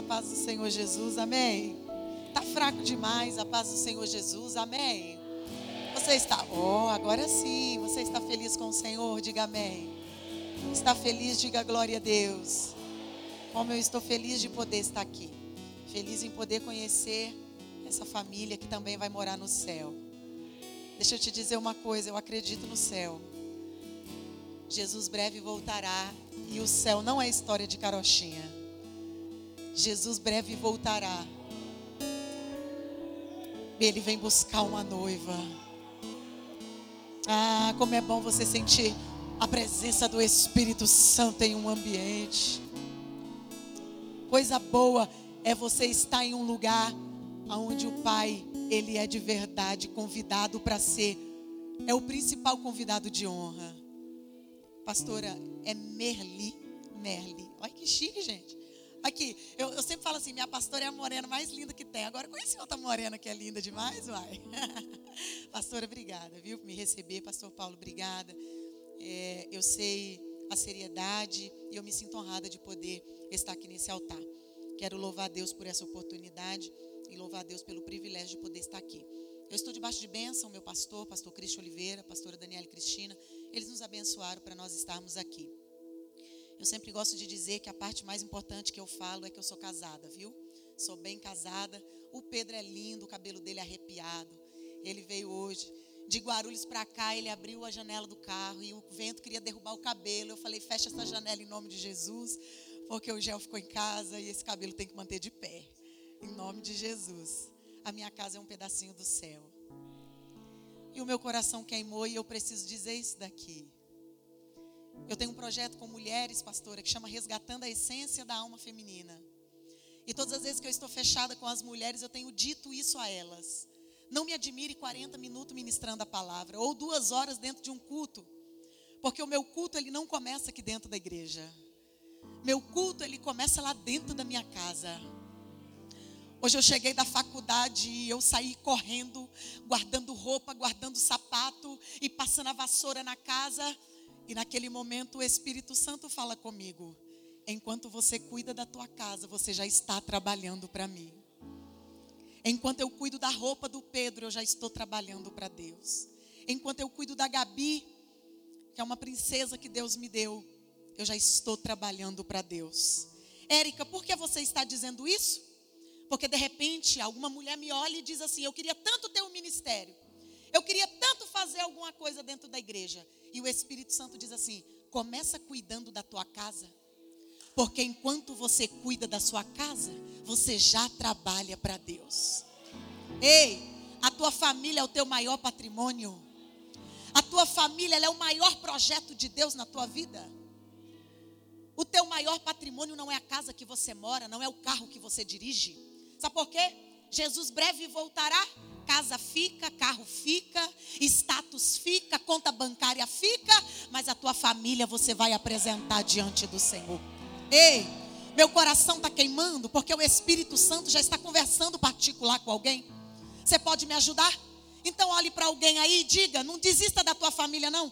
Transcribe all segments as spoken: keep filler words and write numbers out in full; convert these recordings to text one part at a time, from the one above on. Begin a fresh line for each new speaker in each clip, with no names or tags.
paz do Senhor Jesus, amém? Está fraco demais a paz do Senhor Jesus, amém? Você está, oh, agora sim, você está feliz com o Senhor, diga amém. Está feliz, diga glória a Deus. Como eu estou feliz de poder estar aqui, feliz em poder conhecer essa família que também vai morar no céu. Deixa eu te dizer uma coisa, eu acredito no céu. Jesus breve voltará e o céu não é história de carochinha. Jesus breve voltará. Ele vem buscar uma noiva. Ah, como é bom você sentir a presença do Espírito Santo em um ambiente. Coisa boa é você estar em um lugar onde o Pai, Ele é de verdade convidado para ser, é o principal convidado de honra. Pastora, é Merli, Merli. Olha que chique, gente. Aqui, eu, eu sempre falo assim, minha pastora é a morena mais linda que tem. Agora, conheci outra morena que é linda demais, uai. Pastora, obrigada, viu, por me receber. Pastor Paulo, obrigada. É, eu sei a seriedade e eu me sinto honrada de poder estar aqui nesse altar. Quero louvar a Deus por essa oportunidade e louvar a Deus pelo privilégio de poder estar aqui. Eu estou debaixo de bênção, meu pastor, pastor Cristian Oliveira, pastora Daniela e Cristina. Eles nos abençoaram para nós estarmos aqui. Eu sempre gosto de dizer que a parte mais importante que eu falo é que eu sou casada, viu? Sou bem casada. O Pedro é lindo, o cabelo dele é arrepiado. Ele veio hoje de Guarulhos para cá, ele abriu a janela do carro e o vento queria derrubar o cabelo. Eu falei, fecha essa janela em nome de Jesus, porque o Gel ficou em casa e esse cabelo tem que manter de pé. Em nome de Jesus. A minha casa é um pedacinho do céu. E o meu coração queimou e eu preciso dizer isso daqui. Eu tenho um projeto com mulheres, pastora, que chama Resgatando a Essência da Alma Feminina. E todas as vezes que eu estou fechada com as mulheres, eu tenho dito isso a elas. Não me admire quarenta minutos ministrando a palavra, ou duas horas dentro de um culto. Porque o meu culto, ele não começa aqui dentro da igreja. Meu culto, ele começa lá dentro da minha casa. Hoje eu cheguei da faculdade e eu saí correndo, guardando roupa, guardando sapato e passando a vassoura na casa. E naquele momento o Espírito Santo fala comigo. Enquanto você cuida da tua casa, você já está trabalhando para mim. Enquanto eu cuido da roupa do Pedro, eu já estou trabalhando para Deus. Enquanto eu cuido da Gabi, que é uma princesa que Deus me deu, eu já estou trabalhando para Deus. Érica, por que você está dizendo isso? Porque de repente alguma mulher me olha e diz assim, eu queria tanto ter um ministério. Eu queria tanto fazer alguma coisa dentro da igreja. E o Espírito Santo diz assim, começa cuidando da tua casa. Porque enquanto você cuida da sua casa, você já trabalha para Deus. Ei, a tua família é o teu maior patrimônio. A tua família ela é o maior projeto de Deus na tua vida. O teu maior patrimônio não é a casa que você mora, não é o carro que você dirige. Sabe por quê? Jesus breve voltará. Casa fica, carro fica, status fica, conta bancária fica, mas a tua família você vai apresentar diante do Senhor. Ei, meu coração está queimando porque o Espírito Santo já está conversando particular com alguém. Você pode me ajudar? Então olhe para alguém aí e diga, não desista da tua família não.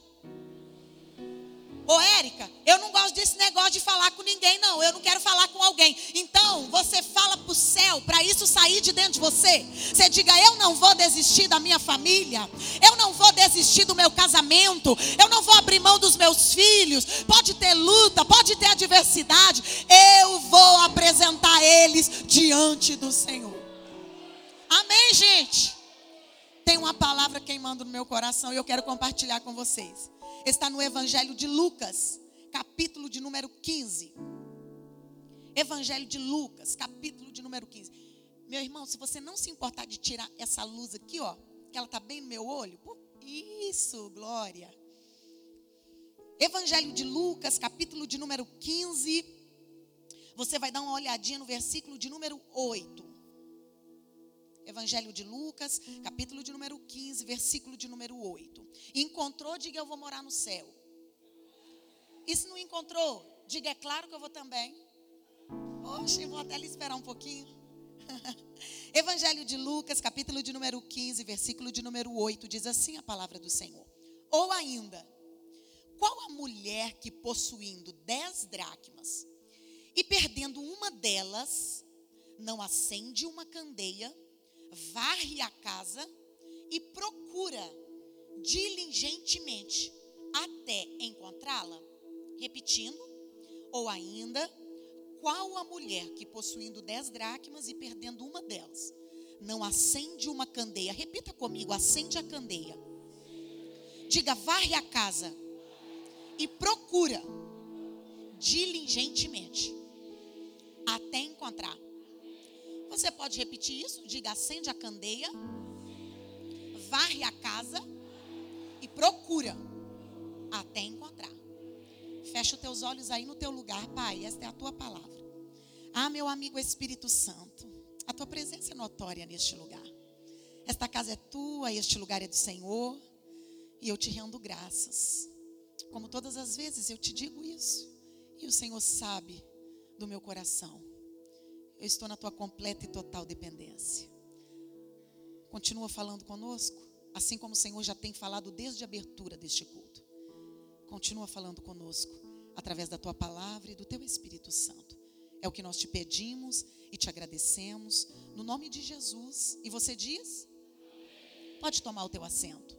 Ô Érica, eu não gosto desse negócio de falar com ninguém não, eu não quero falar com alguém. Então você fala para o céu, para isso sair de dentro de você. Você diga, eu não vou desistir da minha família, eu não vou desistir do meu casamento, eu não vou abrir mão dos meus filhos. Pode ter luta, pode ter adversidade, eu vou apresentar eles diante do Senhor. Amém, gente? Tem uma palavra queimando no meu coração e eu quero compartilhar com vocês. Está no Evangelho de Lucas, capítulo de número quinze. Evangelho de Lucas, capítulo de número quinze. Meu irmão, se você não se importar de tirar essa luz aqui, ó, que ela está bem no meu olho. Isso, glória. Evangelho de Lucas, capítulo de número quinze. Você vai dar uma olhadinha no versículo de número oito. Evangelho de Lucas, capítulo de número quinze, versículo de número oito. Encontrou, diga eu vou morar no céu. E se não encontrou, diga é claro que eu vou também. Oxe, vou até lhe esperar um pouquinho. Evangelho de Lucas, capítulo de número quinze, versículo de número oito, diz assim a palavra do Senhor. Ou ainda, qual a mulher que possuindo dez dracmas e perdendo uma delas,
não acende uma candeia, varre a casa e procura diligentemente até encontrá-la? Repetindo, ou ainda, qual a mulher que possuindo dez dracmas e perdendo uma delas, não acende uma candeia? Repita comigo, acende a candeia. Diga, varre a casa e procura diligentemente até encontrar. Você pode repetir isso? Diga, acende a candeia, varre a casa e procura até encontrar. Fecha os teus olhos aí no teu lugar, Pai, esta é a tua palavra. Ah, meu amigo Espírito Santo, a tua presença é notória neste lugar. Esta casa é tua, este lugar é do Senhor, e eu te rendo graças. Como todas as vezes eu te digo isso, e o Senhor sabe do meu coração. Eu estou na tua completa e total dependência. Continua falando conosco, assim como o Senhor já tem falado desde a abertura deste culto. Continua falando conosco, através da tua palavra e do teu Espírito Santo. É o que nós te pedimos e te agradecemos, no nome de Jesus. E você diz? Pode tomar o teu assento.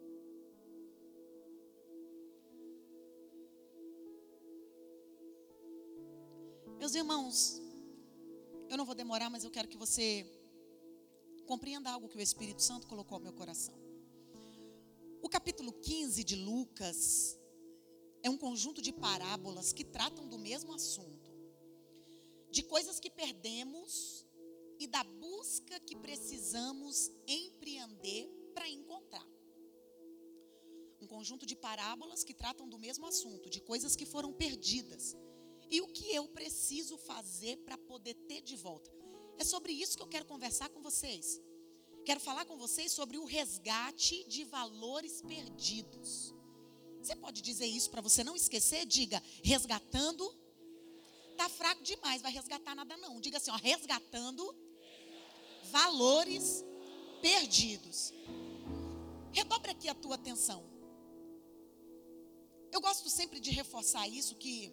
Meus irmãos, eu não vou demorar, mas eu quero que você compreenda algo que o Espírito Santo colocou ao meu coração. O capítulo quinze de Lucas é um conjunto de parábolas que tratam do mesmo assunto, de coisas que perdemos e da busca que precisamos empreender para encontrar. Um conjunto de parábolas que tratam do mesmo assunto, de coisas que foram perdidas. E o que eu preciso fazer para poder ter de volta? É sobre isso que eu quero conversar com vocês. Quero falar com vocês sobre o resgate de valores perdidos. Você pode dizer isso para você não esquecer? Diga, resgatando. Está fraco demais, vai resgatar nada não. Diga assim, ó, resgatando valores perdidos. Redobre aqui a tua atenção. Eu gosto sempre de reforçar isso, que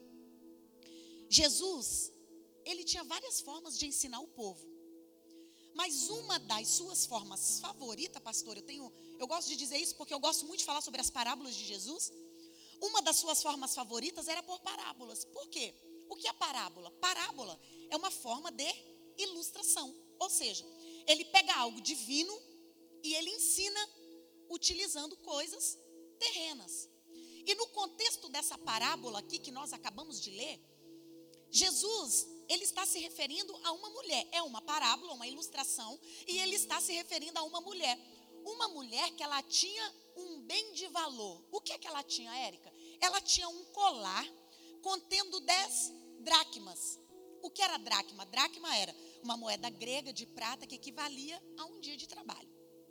Jesus, ele tinha várias formas de ensinar o povo. Mas uma das suas formas favoritas, pastor, eu tenho, eu gosto de dizer isso porque eu gosto muito de falar sobre as parábolas de Jesus. Uma das suas formas favoritas era por parábolas. Por quê? O que é parábola? Parábola é uma forma de ilustração. Ou seja, ele pega algo divino e ele ensina utilizando coisas terrenas. E no contexto dessa parábola aqui que nós acabamos de ler, Jesus, ele está se referindo a uma mulher. É uma parábola, uma ilustração, e ele está se referindo a uma mulher. Uma mulher que ela tinha um bem de valor. O que é que ela tinha, Érica? Ela tinha um colar contendo dez dracmas. O que era dracma? Dracma era uma moeda grega de prata que equivalia a um dia de trabalho.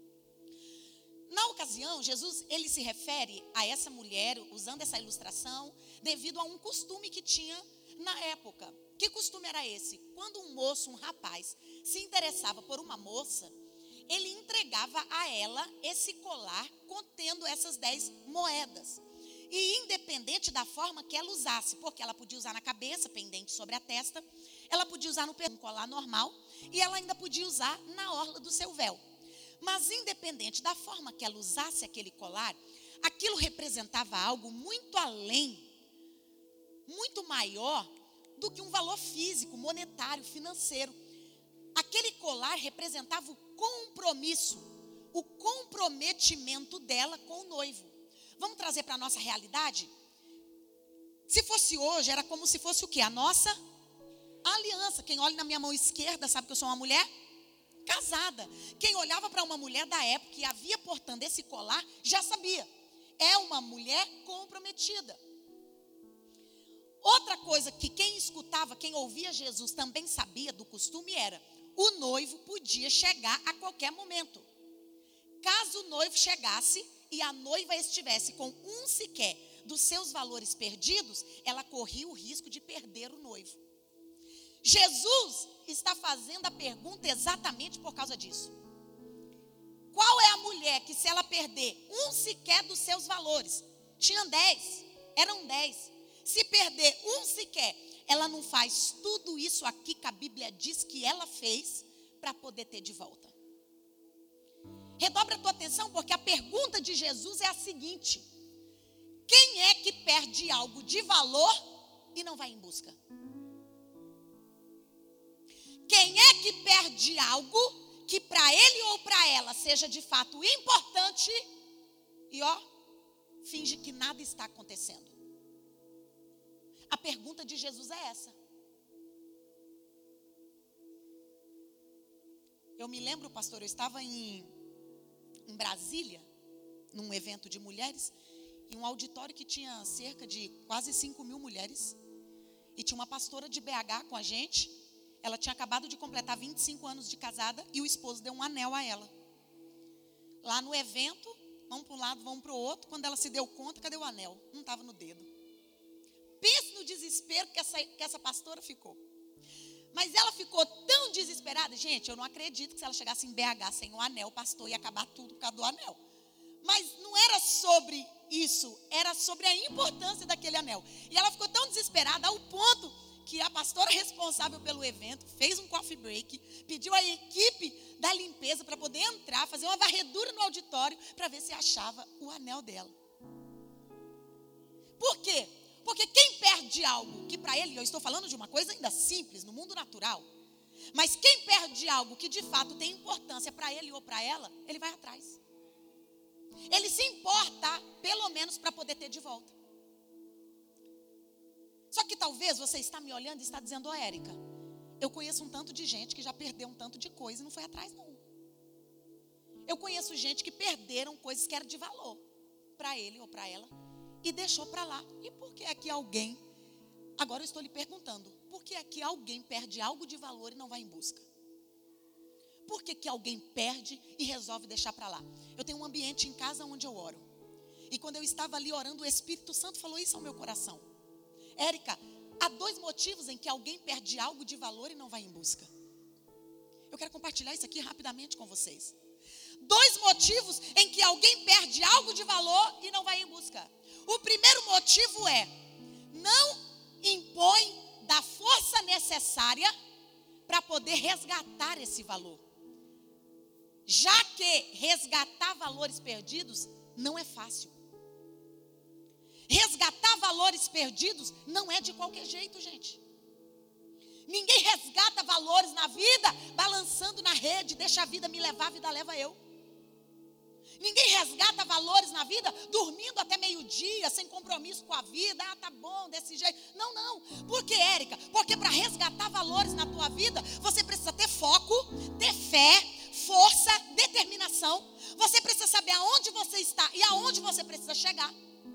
Na ocasião, Jesus, ele se refere a essa mulher, usando essa ilustração, devido a um costume que tinha na época. Que costume era esse? Quando um moço, um rapaz, se interessava por uma moça, ele entregava a ela esse colar contendo essas dez moedas. E independente da forma que ela usasse, porque ela podia usar na cabeça, pendente sobre a testa, ela podia usar no um colar normal, e ela ainda podia usar na orla do seu véu. Mas independente da forma que ela usasse aquele colar, aquilo representava algo muito além, muito maior do que um valor físico, monetário, financeiro. Aquele colar representava o compromisso, o comprometimento dela com o noivo. Vamos trazer para a nossa realidade? Se fosse hoje, era como se fosse o quê? A nossa aliança. Quem olha na minha mão esquerda sabe que eu sou uma mulher casada. Quem olhava para uma mulher da época e havia portando esse colar, já sabia. É uma mulher comprometida. Outra coisa que quem escutava, quem ouvia Jesus também sabia do costume era: o noivo podia chegar a qualquer momento. Caso o noivo chegasse e a noiva estivesse com um sequer dos seus valores perdidos, ela corria o risco de perder o noivo. Jesus está fazendo a pergunta exatamente por causa disso. Qual é a mulher que, se ela perder um sequer dos seus valores, tinha dez, eram dez. Se perder um sequer, ela não faz tudo isso aqui que a Bíblia diz que ela fez para poder ter de volta? Redobra a tua atenção, porque a pergunta de Jesus é a seguinte: quem é que perde algo de valor e não vai em busca? Quem é que perde algo que para ele ou para ela seja de fato importante e ó, finge que nada está acontecendo? A pergunta de Jesus é essa. Eu me lembro, pastor, eu estava em, em Brasília, num evento de mulheres, em um auditório que tinha cerca de quase cinco mil mulheres, e tinha uma pastora de B H com a gente. Ela tinha acabado de completar vinte e cinco anos de casada, e o esposo deu um anel a ela. Lá no evento, vamos para um lado, vamos para o outro. Quando ela se deu conta, cadê o anel? Não estava no dedo. Pense no desespero que essa, que essa pastora ficou. Mas ela ficou tão desesperada. Gente, eu não acredito que se ela chegasse em B H sem o anel, o pastor ia acabar tudo por causa do anel. Mas não era sobre isso, era sobre a importância daquele anel. E ela ficou tão desesperada ao ponto que a pastora responsável pelo evento fez um coffee break, pediu a equipe da limpeza para poder entrar, fazer uma varredura no auditório para ver se achava o anel dela. Por quê? Porque quem perde algo que para ele, eu estou falando de uma coisa ainda simples, no mundo natural, mas quem perde algo que de fato tem importância para ele ou para ela, ele vai atrás. Ele se importa, pelo menos, para poder ter de volta. Só que talvez você está me olhando e está dizendo: ó, Érica, eu conheço um tanto de gente que já perdeu um tanto de coisa e não foi atrás não. Eu conheço gente que perderam coisas que eram de valor para ele ou para ela e deixou para lá. E por que é que alguém, agora eu estou lhe perguntando, por que é que alguém perde algo de valor e não vai em busca? Por que que alguém perde e resolve deixar para lá? Eu tenho um ambiente em casa onde eu oro. E quando eu estava ali orando, o Espírito Santo falou isso ao meu coração. Érica, há dois motivos em que alguém perde algo de valor e não vai em busca. Eu quero compartilhar isso aqui rapidamente com vocês. Dois motivos em que alguém perde algo de valor e não vai em busca. O primeiro motivo é: não impõe da força necessária para poder resgatar esse valor. Já que resgatar valores perdidos não é fácil. Resgatar valores perdidos não é de qualquer jeito, gente. Ninguém resgata valores na vida balançando na rede, deixa a vida me levar, a vida leva eu. Ninguém resgata valores na vida dormindo até meio-dia, sem compromisso com a vida. Ah, tá bom, desse jeito. Não, não. Por que, Érica? Porque para resgatar valores na tua vida, você precisa ter foco, ter fé, força, determinação. Você precisa saber aonde você está e aonde você precisa chegar.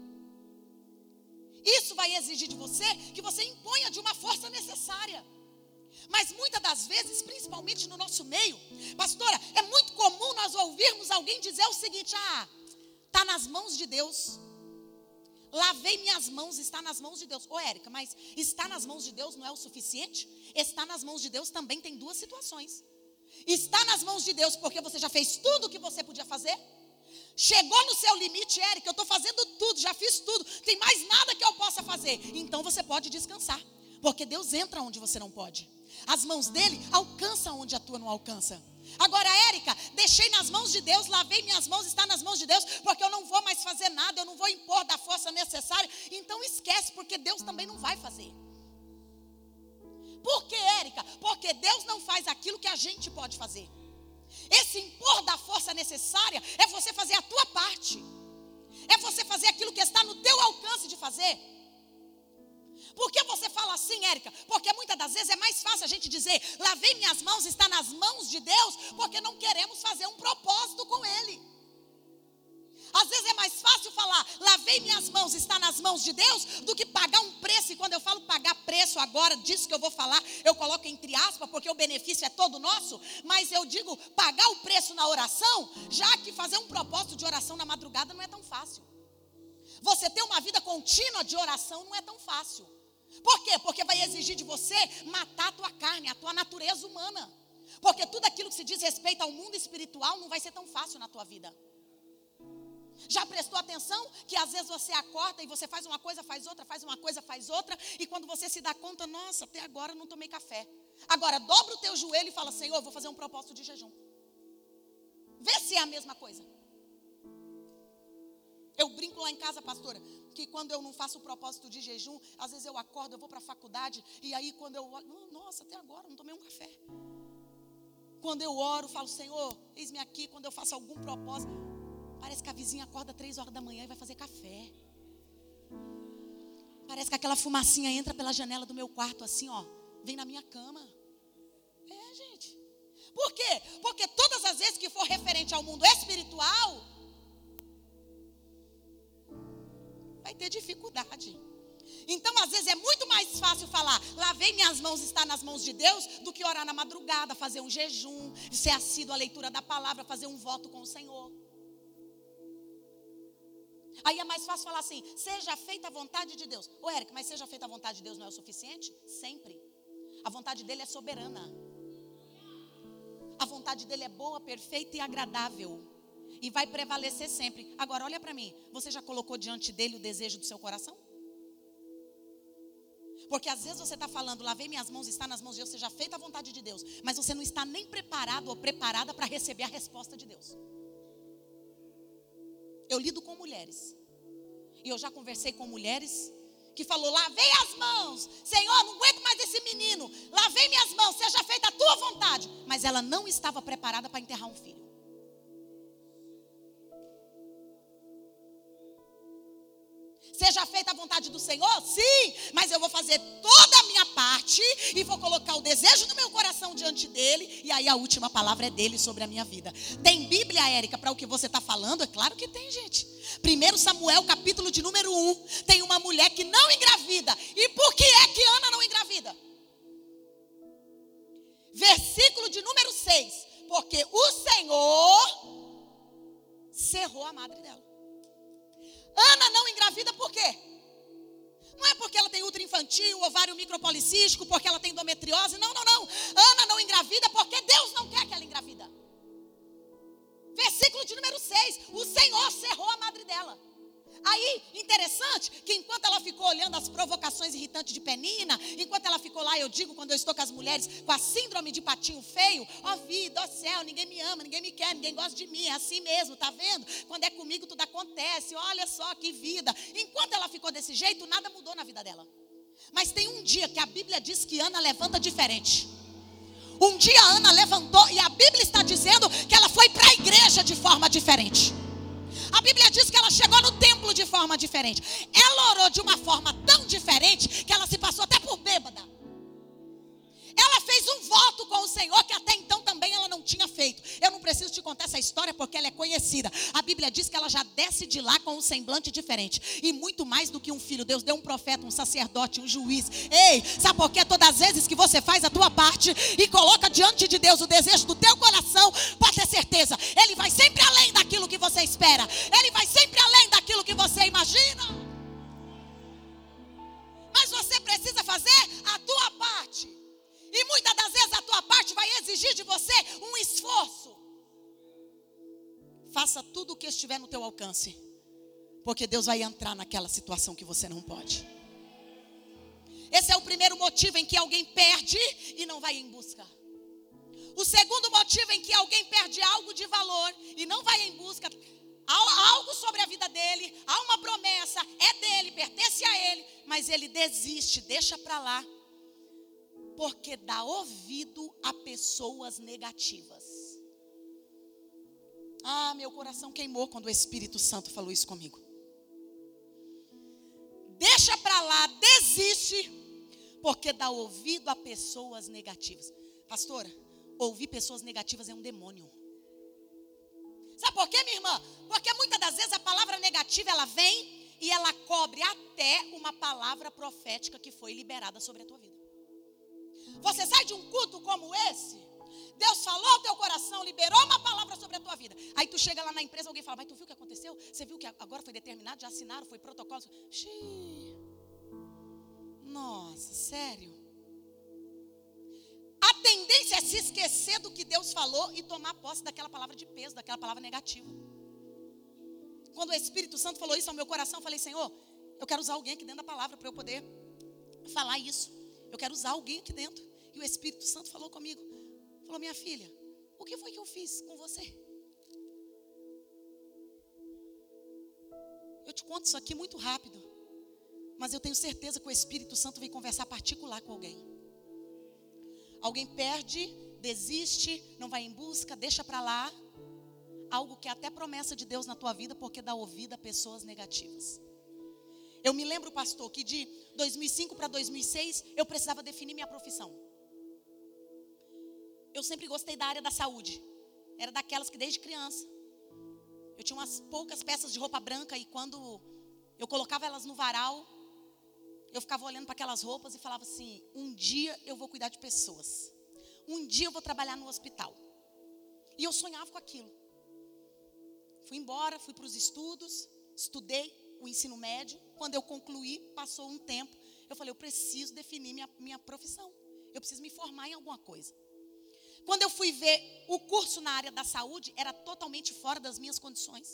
Isso vai exigir de você que você imponha de uma força necessária. Mas muitas das vezes, principalmente no nosso meio, pastora, é muito comum nós ouvirmos alguém dizer o seguinte: ah, está nas mãos de Deus. Lavei minhas mãos, está nas mãos de Deus. Ô, Érica, mas está nas mãos de Deus não é o suficiente? Está nas mãos de Deus também tem duas situações. Está nas mãos de Deus porque você já fez tudo o que você podia fazer. Chegou no seu limite, Érica, eu estou fazendo tudo, já fiz tudo, tem mais nada que eu possa fazer. Então você pode descansar, porque Deus entra onde você não pode. As mãos dele alcançam onde a tua não alcança. Agora, Érica, deixei nas mãos de Deus, lavei minhas mãos, está nas mãos de Deus, porque eu não vou mais fazer nada, eu não vou impor da força necessária. Então esquece, porque Deus também não vai fazer. Por que, Érica? Porque Deus não faz aquilo que a gente pode fazer. Esse impor da força necessária é você fazer a tua parte. É você fazer aquilo que está no teu alcance de fazer. Por que você fala assim, Érica? Porque muitas das vezes é mais fácil a gente dizer: lavei minhas mãos, está nas mãos de Deus, porque não queremos fazer um propósito com Ele. Às vezes é mais fácil falar: lavei minhas mãos, está nas mãos de Deus, do que pagar um preço. E quando eu falo pagar preço agora, disso que eu vou falar, eu coloco entre aspas, porque o benefício é todo nosso. Mas eu digo pagar o preço na oração, já que fazer um propósito de oração na madrugada não é tão fácil. Você ter uma vida contínua de oração não é tão fácil. Por quê? Porque vai exigir de você matar a tua carne, a tua natureza humana. Porque tudo aquilo que se diz respeito ao mundo espiritual não vai ser tão fácil na tua vida. Já prestou atenção que às vezes você acorda e você faz uma coisa, faz outra, faz uma coisa, faz outra, e quando você se dá conta, nossa, até agora eu não tomei café. Agora, dobra o teu joelho e fala, Senhor, vou fazer um propósito de jejum. Vê se é a mesma coisa. Eu brinco lá em casa, pastora, que quando eu não faço o propósito de jejum, às vezes eu acordo, eu vou para a faculdade, e aí quando eu olho, nossa, até agora eu não tomei um café. Quando eu oro, falo, Senhor, eis-me aqui, quando eu faço algum propósito, parece que a vizinha acorda três horas da manhã e vai fazer café. Parece que aquela fumacinha entra pela janela do meu quarto assim, ó, vem na minha cama. É, gente. Por quê? Porque todas as vezes que for referente ao mundo espiritual, vai ter dificuldade. Então, às vezes, é muito mais fácil falar, lavei minhas mãos, está nas mãos de Deus, do que orar na madrugada, fazer um jejum, ser assíduo à leitura da palavra, fazer um voto com o Senhor. Aí é mais fácil falar assim, seja feita a vontade de Deus. Ô, Érica, mas seja feita a vontade de Deus não é o suficiente? Sempre. A vontade dele é soberana. A vontade dele é boa, perfeita e agradável. E vai prevalecer sempre. Agora, olha para mim. Você já colocou diante dele o desejo do seu coração? Porque às vezes você está falando, lavei minhas mãos, está nas mãos de Deus, seja feita a vontade de Deus. Mas você não está nem preparado ou preparada para receber a resposta de Deus. Eu lido com mulheres. E eu já conversei com mulheres que falou, lavei as mãos. Senhor, não aguento mais esse menino. Lavei minhas mãos, seja feita a tua vontade. Mas ela não estava preparada para enterrar um filho. Seja feita a vontade do Senhor? Sim, mas eu vou fazer toda a minha parte e vou colocar o desejo do meu coração diante dele, e aí a última palavra é dele sobre a minha vida. Tem Bíblia, Érica, para o que você está falando? É claro que tem, gente. Primeiro Samuel, capítulo de número um, tem uma mulher que não engravida. E por que é que Ana não engravida? Versículo de número seis, porque o Senhor cerrou a madre dela. Ana não engravida por quê? Não é porque ela tem útero infantil, ovário micropolicístico, porque ela tem endometriose. Não, não, não. Ana não engravida porque Deus não quer que ela engravida. Versículo de número seis. O Senhor cerrou a madre dela. Aí, interessante, que enquanto ela ficou olhando as provocações irritantes de Penina, enquanto ela ficou lá, eu digo, quando eu estou com as mulheres com a síndrome de patinho feio, ó vida, ó céu, ninguém me ama, ninguém me quer, ninguém gosta de mim, é assim mesmo, tá vendo? Quando é comigo tudo acontece, olha só que vida. Enquanto ela ficou desse jeito, nada mudou na vida dela. Mas tem um dia que a Bíblia diz que Ana levanta diferente. Um dia Ana levantou e a Bíblia está dizendo que ela foi para a igreja de forma diferente. A Bíblia diz que ela chegou no templo de forma diferente. Ela orou de uma forma tão diferente que ela se passou até por bêbada. Ela fez um voto com o Senhor que até então também ela não tinha feito. Eu não preciso te contar essa história porque ela é conhecida. A Bíblia diz que ela já desce de lá com um semblante diferente. E muito mais do que um filho. Deus deu um profeta, um sacerdote, um juiz. Ei, sabe por quê? Todas as vezes que você faz a tua parte e coloca diante de Deus o desejo do teu coração, pode ter certeza, Ele vai sempre além daquilo que você espera. Ele vai sempre além daquilo que você imagina. Mas você precisa fazer a tua parte. E muitas das vezes a tua parte vai exigir de você um esforço. Faça tudo o que estiver no teu alcance, porque Deus vai entrar naquela situação que você não pode. Esse é o primeiro motivo em que alguém perde e não vai em busca. O segundo motivo em que alguém perde algo de valor e não vai em busca, há algo sobre a vida dele, há uma promessa, é dele, pertence a ele, mas ele desiste, deixa para lá. Porque dá ouvido a pessoas negativas. Ah, meu coração queimou quando o Espírito Santo falou isso comigo. Deixa para lá, desiste, porque dá ouvido a pessoas negativas. Pastora, ouvir pessoas negativas é um demônio. Sabe por quê, minha irmã? Porque muitas das vezes a palavra negativa ela vem e ela cobre até uma palavra profética que foi liberada sobre a tua vida. Você sai de um culto como esse, Deus falou ao teu coração, liberou uma palavra sobre a tua vida. Aí tu chega lá na empresa, alguém fala, mas tu viu o que aconteceu? Você viu que agora foi determinado, já assinaram, foi protocolo? Xiii. Nossa, sério? A tendência é se esquecer do que Deus falou e tomar posse daquela palavra de peso, daquela palavra negativa. Quando o Espírito Santo falou isso ao meu coração, eu falei, Senhor, eu quero usar alguém aqui dentro da palavra para eu poder falar isso. Eu quero usar alguém aqui dentro. E o Espírito Santo falou comigo. Falou, minha filha, o que foi que eu fiz com você? Eu te conto isso aqui muito rápido. Mas eu tenho certeza que o Espírito Santo vem conversar particular com alguém. Alguém perde, desiste, não vai em busca, deixa para lá. Algo que é até promessa de Deus na tua vida, porque dá ouvido a pessoas negativas. Eu me lembro, pastor, que de dois mil e cinco para dois mil e seis, eu precisava definir minha profissão. Eu sempre gostei da área da saúde. Era daquelas que desde criança. Eu tinha umas poucas peças de roupa branca e quando eu colocava elas no varal, eu ficava olhando para aquelas roupas e falava assim, um dia eu vou cuidar de pessoas. Um dia eu vou trabalhar no hospital. E eu sonhava com aquilo. Fui embora, fui para os estudos, estudei o ensino médio. Quando eu concluí, passou um tempo, eu falei, eu preciso definir minha, minha profissão. Eu preciso me formar em alguma coisa. Quando eu fui ver o curso na área da saúde, era totalmente fora das minhas condições.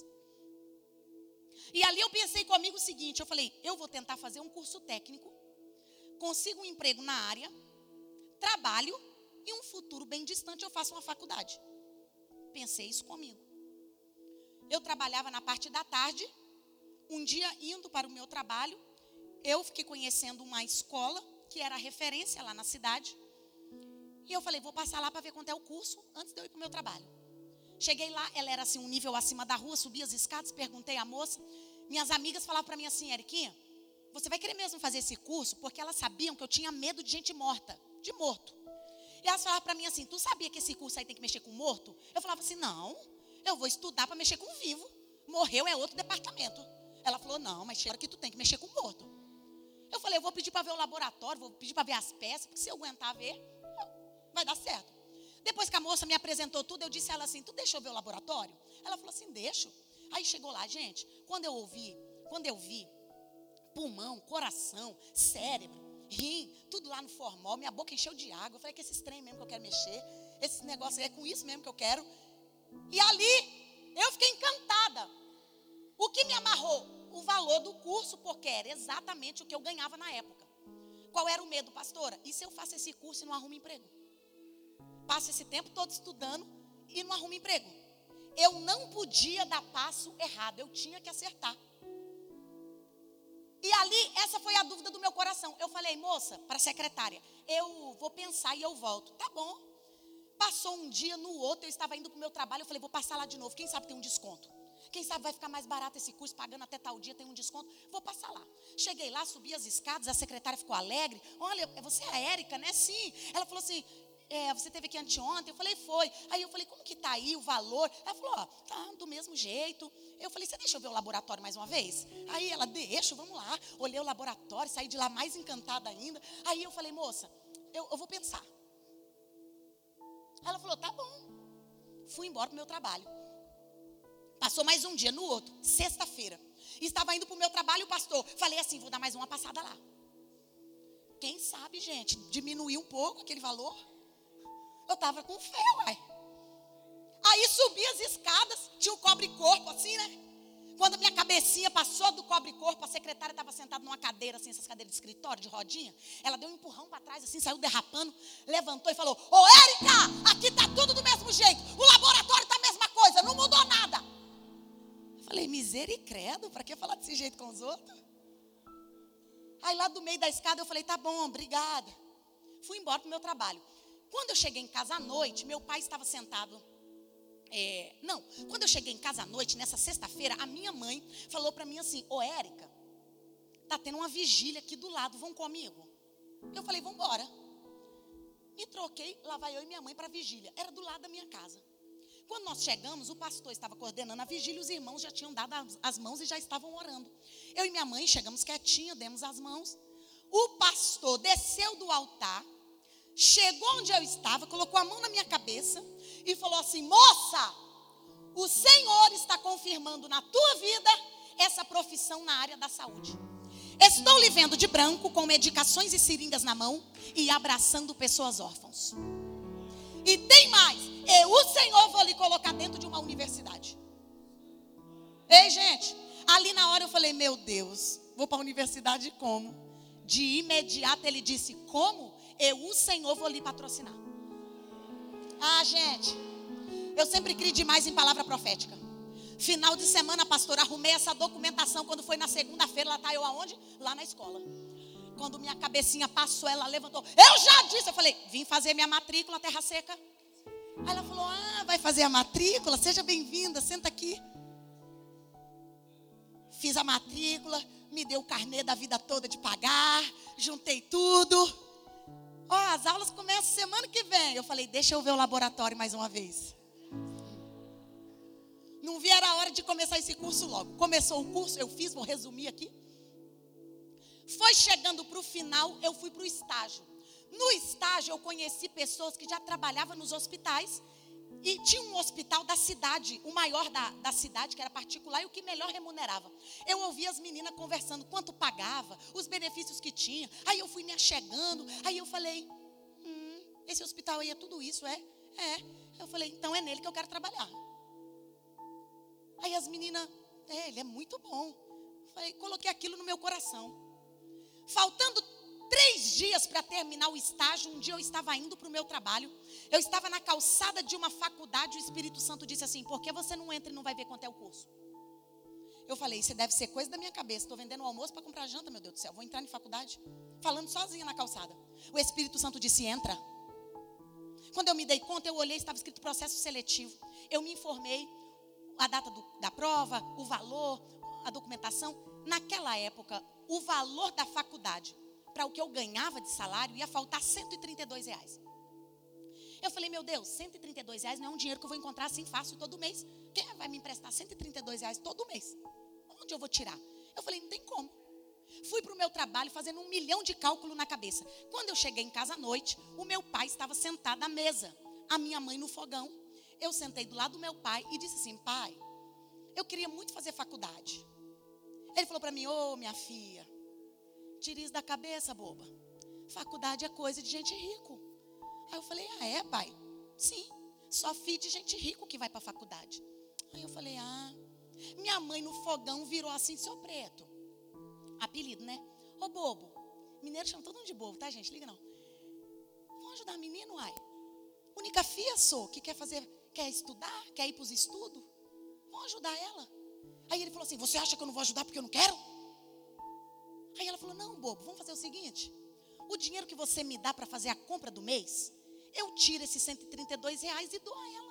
E ali eu pensei comigo o seguinte, eu falei, eu vou tentar fazer um curso técnico, consigo um emprego na área, trabalho e um futuro bem distante eu faço uma faculdade. Pensei isso comigo. Eu trabalhava na parte da tarde, um dia indo para o meu trabalho, eu fiquei conhecendo uma escola que era referência lá na cidade. E eu falei, vou passar lá para ver quanto é o curso antes de eu ir para o meu trabalho. Cheguei lá, ela era assim um nível acima da rua, subi as escadas, perguntei à moça. Minhas amigas falavam para mim assim, Eriquinha, você vai querer mesmo fazer esse curso? Porque elas sabiam que eu tinha medo de gente morta, de morto. E elas falavam para mim assim, tu sabia que esse curso aí tem que mexer com morto? Eu falava assim, não, eu vou estudar para mexer com vivo. Morreu é outro departamento. Ela falou, não, mas chega que tu tem que mexer com morto. Eu falei, eu vou pedir para ver o laboratório, vou pedir para ver as peças, porque se eu aguentar ver, vai dar certo. Depois que a moça me apresentou tudo, eu disse a ela assim, tu deixa eu ver o laboratório? Ela falou assim, deixo. Aí chegou lá, gente, quando eu ouvi, quando eu vi pulmão, coração, cérebro, rim, tudo lá no formol, minha boca encheu de água. Eu falei que esses trem mesmo que eu quero mexer, esse negócio aí é com isso mesmo que eu quero. E ali, eu fiquei encantada. O que me amarrou? O valor do curso, porque era exatamente o que eu ganhava na época. Qual era o medo, pastora? E se eu faço esse curso e não arrumo emprego? Passo esse tempo todo estudando e não arrumo emprego. Eu não podia dar passo errado, eu tinha que acertar. E ali, essa foi a dúvida do meu coração. Eu falei, moça, para a secretária, eu vou pensar e eu volto. Tá bom. Passou um dia, no outro, eu estava indo para o meu trabalho, eu falei, vou passar lá de novo, quem sabe tem um desconto. Quem sabe vai ficar mais barato esse curso, pagando até tal dia, tem um desconto. Vou passar lá. Cheguei lá, subi as escadas, a secretária ficou alegre. Olha, você é a Érica, né? Sim. Ela falou assim, é, você esteve aqui anteontem? Eu falei, foi. Aí eu falei, como que está aí o valor? Ela falou, ó, tá do mesmo jeito. Eu falei, você deixa eu ver o laboratório mais uma vez? Aí ela, deixa, vamos lá. Olhei o laboratório, saí de lá mais encantada ainda. Aí eu falei, moça, eu, eu vou pensar. Ela falou, tá bom. Fui embora para o meu trabalho. Passou mais um dia, no outro, sexta-feira. Estava indo para o meu trabalho, o pastor. Falei assim, vou dar mais uma passada lá. Quem sabe, gente, diminuir um pouco aquele valor. Eu estava com fé, uai. Aí subi as escadas, tinha um cobre-corpo assim, né? Quando a minha cabecinha passou do cobre-corpo, a secretária estava sentada numa cadeira, assim, essas cadeiras de escritório, de rodinha. Ela deu um empurrão para trás, assim, saiu derrapando, levantou e falou, ô Érica, aqui está tudo do mesmo jeito. O laboratório está a mesma coisa, não mudou nada. Falei, misericredo, para que falar desse jeito com os outros? Aí lá do meio da escada eu falei, tá bom, obrigada. Fui embora para o meu trabalho. Quando eu cheguei em casa à noite, meu pai estava sentado. É, não, quando eu cheguei em casa à noite, nessa sexta-feira, a minha mãe falou para mim assim, ô Érica, tá tendo uma vigília aqui do lado, vão comigo? Eu falei, vamos embora. Me troquei, lá vai eu e minha mãe para a vigília. Era do lado da minha casa. Quando nós chegamos, o pastor estava coordenando a vigília, os irmãos já tinham dado as mãos e já estavam orando. Eu e minha mãe chegamos quietinha, demos as mãos. O pastor desceu do altar, chegou onde eu estava, colocou a mão na minha cabeça e falou assim, moça, o Senhor está confirmando na tua vida essa profissão na área da saúde. Estou lhe vendo de branco, com medicações e seringas na mão e abraçando pessoas órfãos. E tem mais, eu, o Senhor, vou lhe colocar dentro de uma universidade. Ei, gente, ali na hora eu falei, meu Deus, vou para a universidade como? De imediato ele disse, como? Eu, o Senhor, vou lhe patrocinar. Ah, gente, eu sempre criei demais em palavra profética. Final de semana, pastor, arrumei essa documentação. Quando foi na segunda-feira, lá tá eu aonde? Lá na escola. Quando minha cabecinha passou, ela levantou. Eu já disse, eu falei, vim fazer minha matrícula, terra seca. Aí ela falou, ah, vai fazer a matrícula? Seja bem-vinda, senta aqui. Fiz a matrícula, me deu o carnê da vida toda de pagar, juntei tudo. Ó, oh, as aulas começam semana que vem. Eu falei, deixa eu ver o laboratório mais uma vez. Não vi era a hora de começar esse curso logo. Começou o curso, eu fiz, vou resumir aqui. Foi chegando para o final, eu fui para o estágio. No estágio eu conheci pessoas que já trabalhavam nos hospitais. E tinha um hospital da cidade, o maior da, da cidade, que era particular, e o que melhor remunerava. Eu ouvia as meninas conversando, quanto pagava, os benefícios que tinha. Aí eu fui me achegando, aí eu falei, hum, esse hospital aí é tudo isso, é? É. Eu falei, então é nele que eu quero trabalhar. Aí as meninas, é, ele é muito bom. Eu falei, coloquei aquilo no meu coração. Faltando três dias para terminar o estágio, um dia eu estava indo para o meu trabalho. Eu estava na calçada de uma faculdade, o Espírito Santo disse assim, por que você não entra e não vai ver quanto é o curso? Eu falei, isso deve ser coisa da minha cabeça, estou vendendo o almoço para comprar janta, meu Deus do céu, vou entrar em faculdade, falando sozinha na calçada. O Espírito Santo disse, entra. Quando eu me dei conta, eu olhei, estava escrito processo seletivo. Eu me informei, a data do, da prova, o valor, a documentação. Naquela época, o valor da faculdade, para o que eu ganhava de salário, ia faltar cento e trinta e dois reais. Eu falei, meu Deus, cento e trinta e dois reais não é um dinheiro que eu vou encontrar assim fácil todo mês. Quem vai me emprestar cento e trinta e dois reais todo mês? Onde eu vou tirar? Eu falei, não tem como. Fui para o meu trabalho fazendo um milhão de cálculo na cabeça. Quando eu cheguei em casa à noite, o meu pai estava sentado à mesa, a minha mãe no fogão. Eu sentei do lado do meu pai e disse assim, pai, eu queria muito fazer faculdade. Ele falou para mim, ô oh, minha filha, tire isso da cabeça, boba. Faculdade é coisa de gente rico. Aí eu falei, ah, é, pai? Sim, só filho de gente rico que vai para a faculdade. Aí eu falei, ah, minha mãe no fogão virou assim, seu preto. Apelido, né? Ô, bobo. Mineiro chama todo mundo de bobo, tá, gente? Liga não. Vamos ajudar a menino, ai. Única filha sou, que quer fazer, quer estudar, quer ir para os estudos. Vamos ajudar ela. Aí ele falou assim, você acha que eu não vou ajudar porque eu não quero? Aí ela falou, não, bobo, vamos fazer o seguinte. O dinheiro que você me dá para fazer a compra do mês, eu tiro esses cento e trinta e dois reais e dou a ela.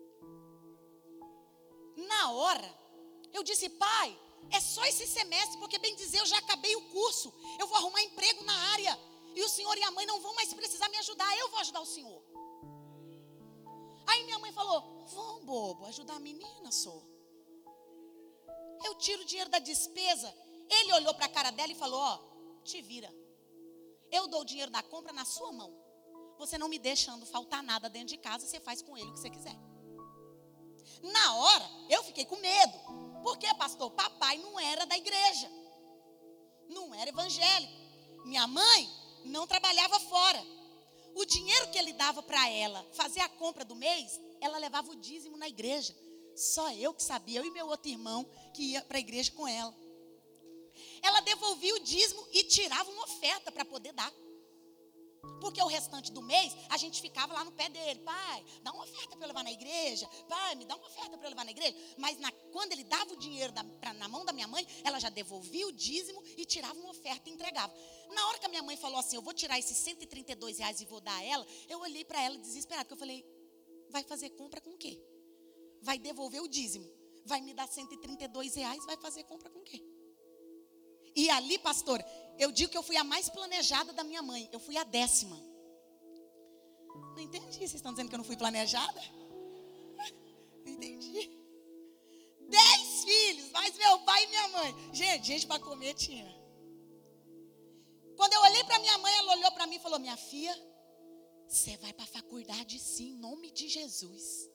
Na hora, eu disse, pai, é só esse semestre, porque bem dizer, eu já acabei o curso. Eu vou arrumar emprego na área. E o senhor e a mãe não vão mais precisar me ajudar, eu vou ajudar o senhor. Aí minha mãe falou, vão, bobo, ajudar a menina, sou. Eu tiro o dinheiro da despesa. Ele olhou para a cara dela e falou, ó, te vira. Eu dou o dinheiro da compra na sua mão. Você não me deixando faltar nada dentro de casa, você faz com ele o que você quiser. Na hora, eu fiquei com medo. Porque, pastor, papai não era da igreja. Não era evangélico. Minha mãe não trabalhava fora. O dinheiro que ele dava para ela fazer a compra do mês, ela levava o dízimo na igreja. Só eu que sabia, eu e meu outro irmão que ia para a igreja com ela. Ela devolvia o dízimo e tirava uma oferta para poder dar. Porque o restante do mês, a gente ficava lá no pé dele. Pai, dá uma oferta para eu levar na igreja. Pai, me dá uma oferta para eu levar na igreja. Mas na, quando ele dava o dinheiro da, pra, na mão da minha mãe, ela já devolvia o dízimo e tirava uma oferta e entregava. Na hora que a minha mãe falou assim, eu vou tirar esses cento e trinta e dois reais e vou dar a ela, eu olhei para ela desesperada, porque eu falei, vai fazer compra com o quê? Vai devolver o dízimo. Vai me dar cento e trinta e dois reais, vai fazer compra com o quê? E ali, pastor, eu digo que eu fui a mais planejada da minha mãe. Eu fui a décima. Não entendi. Vocês estão dizendo que eu não fui planejada? Não entendi. Dez filhos, mais meu pai e minha mãe. Gente, gente para comer tinha. Quando eu olhei para minha mãe, ela olhou para mim e falou, minha filha, você vai para a faculdade sim, em nome de Jesus.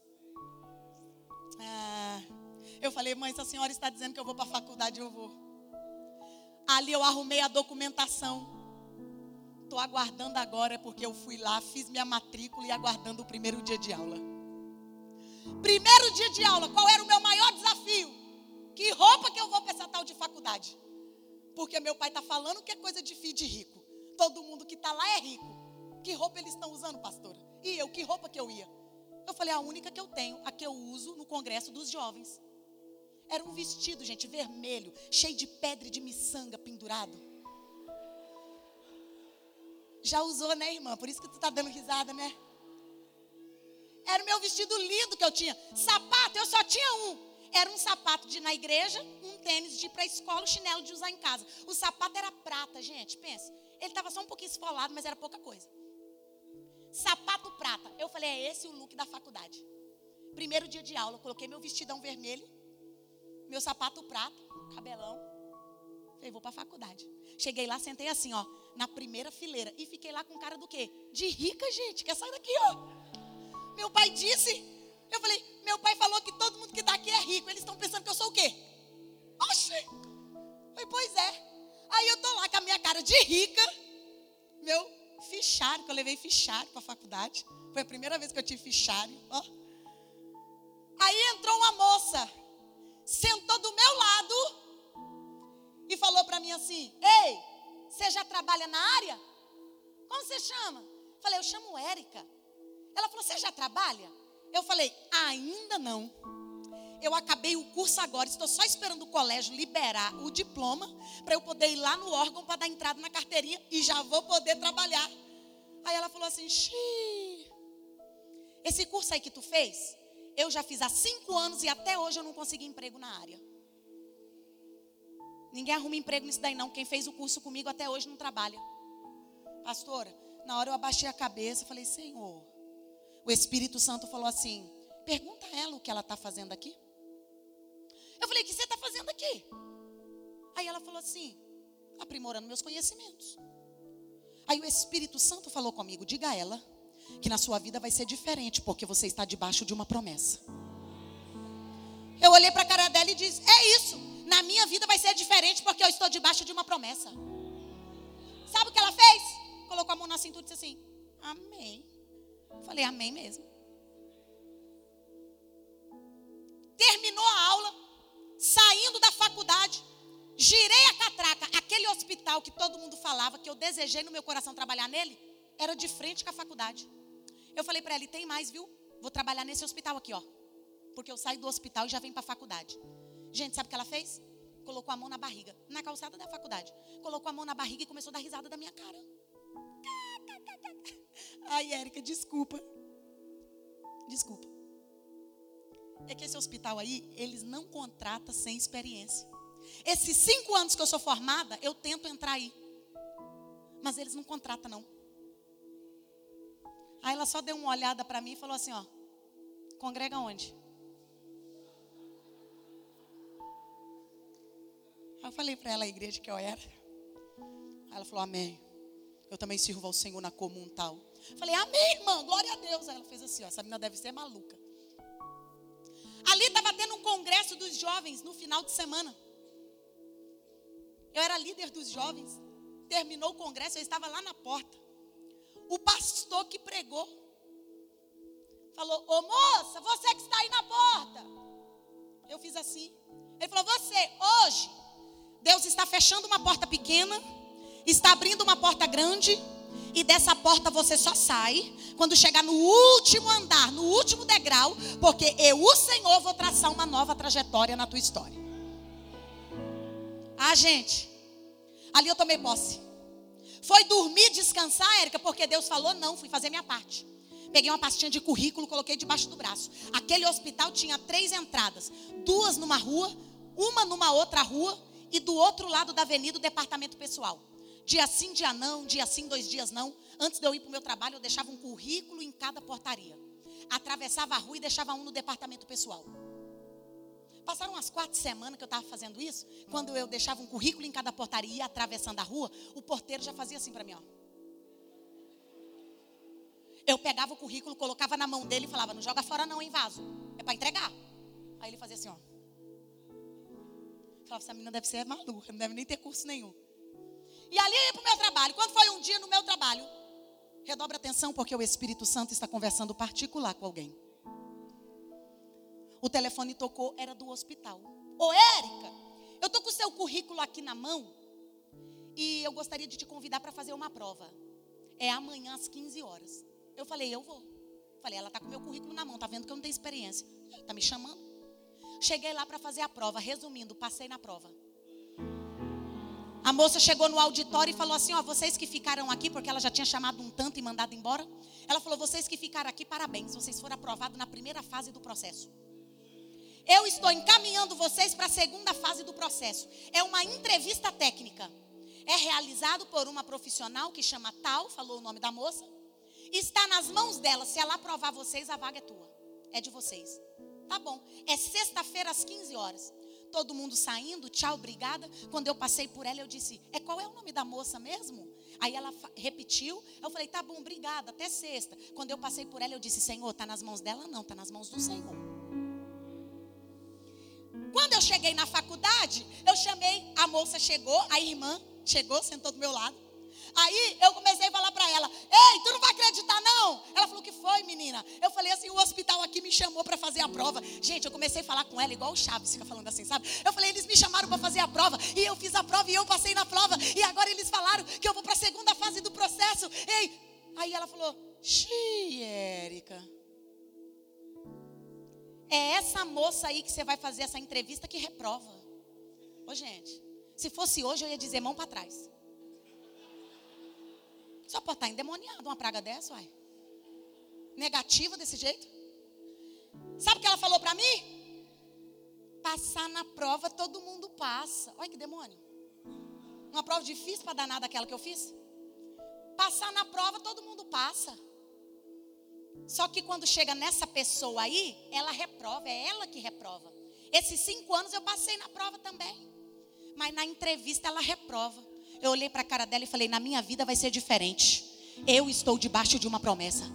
Ah, eu falei, mãe, se a senhora está dizendo que eu vou para a faculdade, eu vou. Ali eu arrumei a documentação. Estou aguardando agora, porque eu fui lá, fiz minha matrícula e aguardando o primeiro dia de aula. Primeiro dia de aula, qual era o meu maior desafio? que roupa que eu vou para essa tal de faculdade? Porque meu pai está falando que é coisa de filho de rico. Todo mundo que está lá é rico. Que roupa eles estão usando, pastora? E eu, que roupa que eu ia? Eu falei, a única que eu tenho, a que eu uso no congresso dos jovens. Era um vestido, gente, vermelho, cheio de pedra e de miçanga pendurado. Já usou, né, irmã? Por isso que tu tá dando risada, né? Era o meu vestido lindo que eu tinha. Sapato, eu só tinha um. Era um sapato de ir na igreja, um tênis de ir para a escola, o chinelo de usar em casa. O sapato era prata, gente, pensa. Ele estava só um pouquinho esfolado, mas era pouca coisa. Sapato prata. Eu falei, é esse o look da faculdade. Primeiro dia de aula, eu coloquei meu vestidão vermelho, meu sapato prata, cabelão. Falei, vou para a faculdade. Cheguei lá, sentei assim, ó, na primeira fileira. E fiquei lá com cara do quê? De rica, gente. Quer sair daqui, ó. Meu pai disse, eu falei, meu pai falou que todo mundo que está aqui é rico. Eles estão pensando que eu sou o quê? Oxi. Falei, pois é. Aí eu tô lá com a minha cara de rica. Meu fichário, que eu levei fichário para a faculdade. Foi a primeira vez que eu tive fichário, ó. Aí entrou uma moça, sentou do meu lado e falou para mim assim, ei, você já trabalha na área? Como você chama? Falei, eu chamo Érica. Ela falou, você já trabalha? Eu falei, ainda não. Eu acabei o curso agora, estou só esperando o colégio liberar o diploma para eu poder ir lá no órgão para dar entrada na carteirinha e já vou poder trabalhar. Aí ela falou assim, xiii, esse curso aí que tu fez, eu já fiz há cinco anos e até hoje eu não consegui emprego na área. Ninguém arruma emprego nisso daí não. Quem fez o curso comigo até hoje não trabalha. Pastora, na hora eu abaixei a cabeça e falei, Senhor, o Espírito Santo falou assim, pergunta a ela o que ela está fazendo aqui. Eu falei, o que você está fazendo aqui? Aí ela falou assim, aprimorando meus conhecimentos. Aí o Espírito Santo falou comigo, diga a ela que na sua vida vai ser diferente, porque você está debaixo de uma promessa. Eu olhei para a cara dela e disse, é isso, na minha vida vai ser diferente, porque eu estou debaixo de uma promessa. Sabe o que ela fez? Colocou a mão na cintura e disse assim, amém. Falei, amém mesmo. Terminou a aula, saindo da faculdade, girei a catraca. Aquele hospital que todo mundo falava, que eu desejei no meu coração trabalhar nele, era de frente com a faculdade. Eu falei para ela, e tem mais, viu? Vou trabalhar nesse hospital aqui, ó. Porque eu saio do hospital e já venho para a faculdade. Gente, sabe o que ela fez? Colocou a mão na barriga, na calçada da faculdade. Colocou a mão na barriga e começou a dar risada da minha cara. Ai, Érica, desculpa. Desculpa. É que esse hospital aí, eles não contratam sem experiência. Esses cinco anos que eu sou formada, eu tento entrar aí. Mas eles não contratam, não. Aí ela só deu uma olhada para mim e falou assim, ó, congrega onde? Aí eu falei para ela a igreja que eu era. Aí ela falou, amém. Eu também sirvo ao Senhor na comum tal. Falei, amém, irmã, glória a Deus. Aí ela fez assim, ó, essa menina deve ser maluca. Ali estava tendo um congresso dos jovens no final de semana. Eu era líder dos jovens. Terminou o congresso, eu estava lá na porta. O pastor que pregou falou, ô moça, você que está aí na porta. Eu fiz assim. Ele falou, você, hoje, Deus está fechando uma porta pequena, está abrindo uma porta grande, e dessa porta você só sai quando chegar no último andar, no último degrau, porque eu, o Senhor, vou traçar uma nova trajetória na tua história. Ah, gente, ali eu tomei posse. Foi dormir, descansar, Érica, porque Deus falou não, fui fazer minha parte. Peguei uma pastinha de currículo, coloquei debaixo do braço. Aquele hospital tinha três entradas, duas numa rua, uma numa outra rua, e do outro lado da avenida o departamento pessoal. Dia sim, dia não, dia sim, dois dias não. Antes de eu ir para o meu trabalho, eu deixava um currículo em cada portaria. Atravessava a rua e deixava um no departamento pessoal. Passaram umas quatro semanas que eu estava fazendo isso. Quando eu deixava um currículo em cada portaria e ia atravessando a rua, o porteiro já fazia assim para mim, ó. Eu pegava o currículo, colocava na mão dele e falava, não joga fora não, hein, vaso. É para entregar. Aí ele fazia assim, ó. Falava, essa menina deve ser maluca, não deve nem ter curso nenhum. E ali eu ia para o meu trabalho. Quando foi um dia no meu trabalho, redobra atenção, porque o Espírito Santo está conversando particular com alguém. O telefone tocou, era do hospital. Ô Érica, eu tô com o seu currículo aqui na mão e eu gostaria de te convidar para fazer uma prova. É amanhã às quinze horas. Eu falei, eu vou. Falei, ela tá com meu currículo na mão, tá vendo que eu não tenho experiência. Tá me chamando. Cheguei lá para fazer a prova. Resumindo, passei na prova. A moça chegou no auditório e falou assim, ó, vocês que ficaram aqui, porque ela já tinha chamado um tanto e mandado embora. Ela falou, vocês que ficaram aqui, parabéns, vocês foram aprovados na primeira fase do processo. Eu estou encaminhando vocês para a segunda fase do processo. É uma entrevista técnica. É realizado por uma profissional que chama Tal, falou o nome da moça. Está nas mãos dela, se ela aprovar vocês, a vaga é tua. É de vocês. Tá bom, é sexta-feira às quinze horas. Todo mundo saindo, tchau, obrigada. Quando eu passei por ela, eu disse, é, qual é o nome da moça mesmo? Aí ela repetiu, eu falei, tá bom, obrigada, até sexta. Quando eu passei por ela, eu disse, Senhor, está nas mãos dela? Não, está nas mãos do Senhor. Quando eu cheguei na faculdade, eu chamei, a moça chegou, a irmã chegou, sentou do meu lado. Aí eu comecei a falar para ela, ei, tu não vai acreditar não? Ela falou, o que foi, menina? Eu falei assim, o hospital aqui me chamou para fazer a prova. Gente, eu comecei a falar com ela igual o Chaves fica falando assim, sabe? Eu falei, eles me chamaram para fazer a prova, e eu fiz a prova e eu passei na prova, e agora eles falaram que eu vou para a segunda fase do processo. Ei, aí ela falou, xiii, Érica, é essa moça aí que você vai fazer essa entrevista que reprova. Ô gente, se fosse hoje eu ia dizer mão para trás. Só pode estar endemoniado uma praga dessa, uai. Negativa desse jeito. Sabe o que ela falou para mim? Passar na prova todo mundo passa. Olha que demônio. Uma prova difícil para danar daquela que eu fiz. Passar na prova todo mundo passa. Só que quando chega nessa pessoa aí, ela reprova, é ela que reprova. Esses cinco anos eu passei na prova também. Mas na entrevista ela reprova. Eu olhei para a cara dela e falei, na minha vida vai ser diferente. Eu estou debaixo de uma promessa.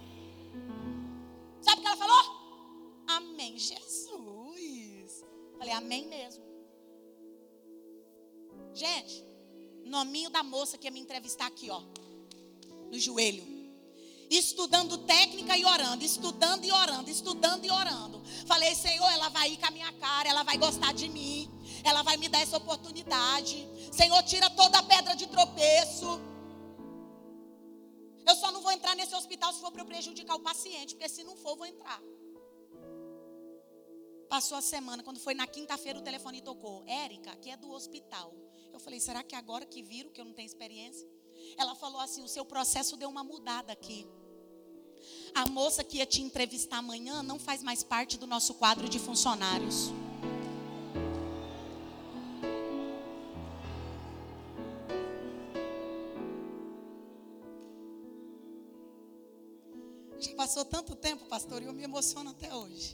Sabe o que ela falou? Amém, Jesus. Falei, amém mesmo. Gente, nominho da moça que ia me entrevistar aqui, ó. No joelho. Estudando técnica e orando, estudando e orando, estudando e orando. Falei, Senhor, ela vai ir com a minha cara, ela vai gostar de mim. Ela vai me dar essa oportunidade. Senhor, tira toda a pedra de tropeço. Eu só não vou entrar nesse hospital se for para eu prejudicar o paciente, porque se não for, eu vou entrar. Passou a semana, quando foi na quinta-feira o telefone tocou. Érica, aqui é do hospital. Eu falei, será que é agora que viram que eu não tenho experiência? Ela falou assim, o seu processo deu uma mudada aqui. A moça que ia te entrevistar amanhã não faz mais parte do nosso quadro de funcionários. Já passou tanto tempo, pastor, e eu me emociono até hoje.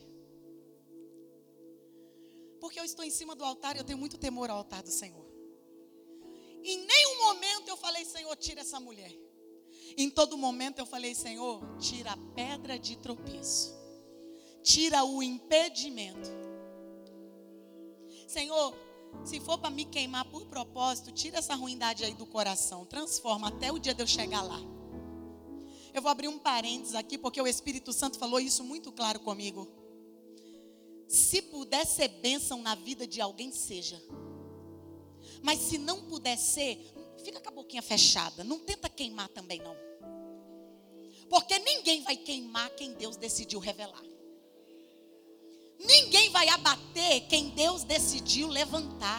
Porque eu estou em cima do altar e eu tenho muito temor ao altar do Senhor. Em nenhum momento eu falei, Senhor, tira essa mulher. Em todo momento eu falei, Senhor, tira a pedra de tropeço. Tira o impedimento. Senhor, se for para me queimar por propósito, tira essa ruindade aí do coração. Transforma até o dia de eu chegar lá. Eu vou abrir um parênteses aqui, porque o Espírito Santo falou isso muito claro comigo. Se puder ser bênção na vida de alguém, seja. Mas se não puder ser, fica com a boquinha fechada. Não tenta queimar também não. Porque ninguém vai queimar quem Deus decidiu revelar. Ninguém vai abater quem Deus decidiu levantar.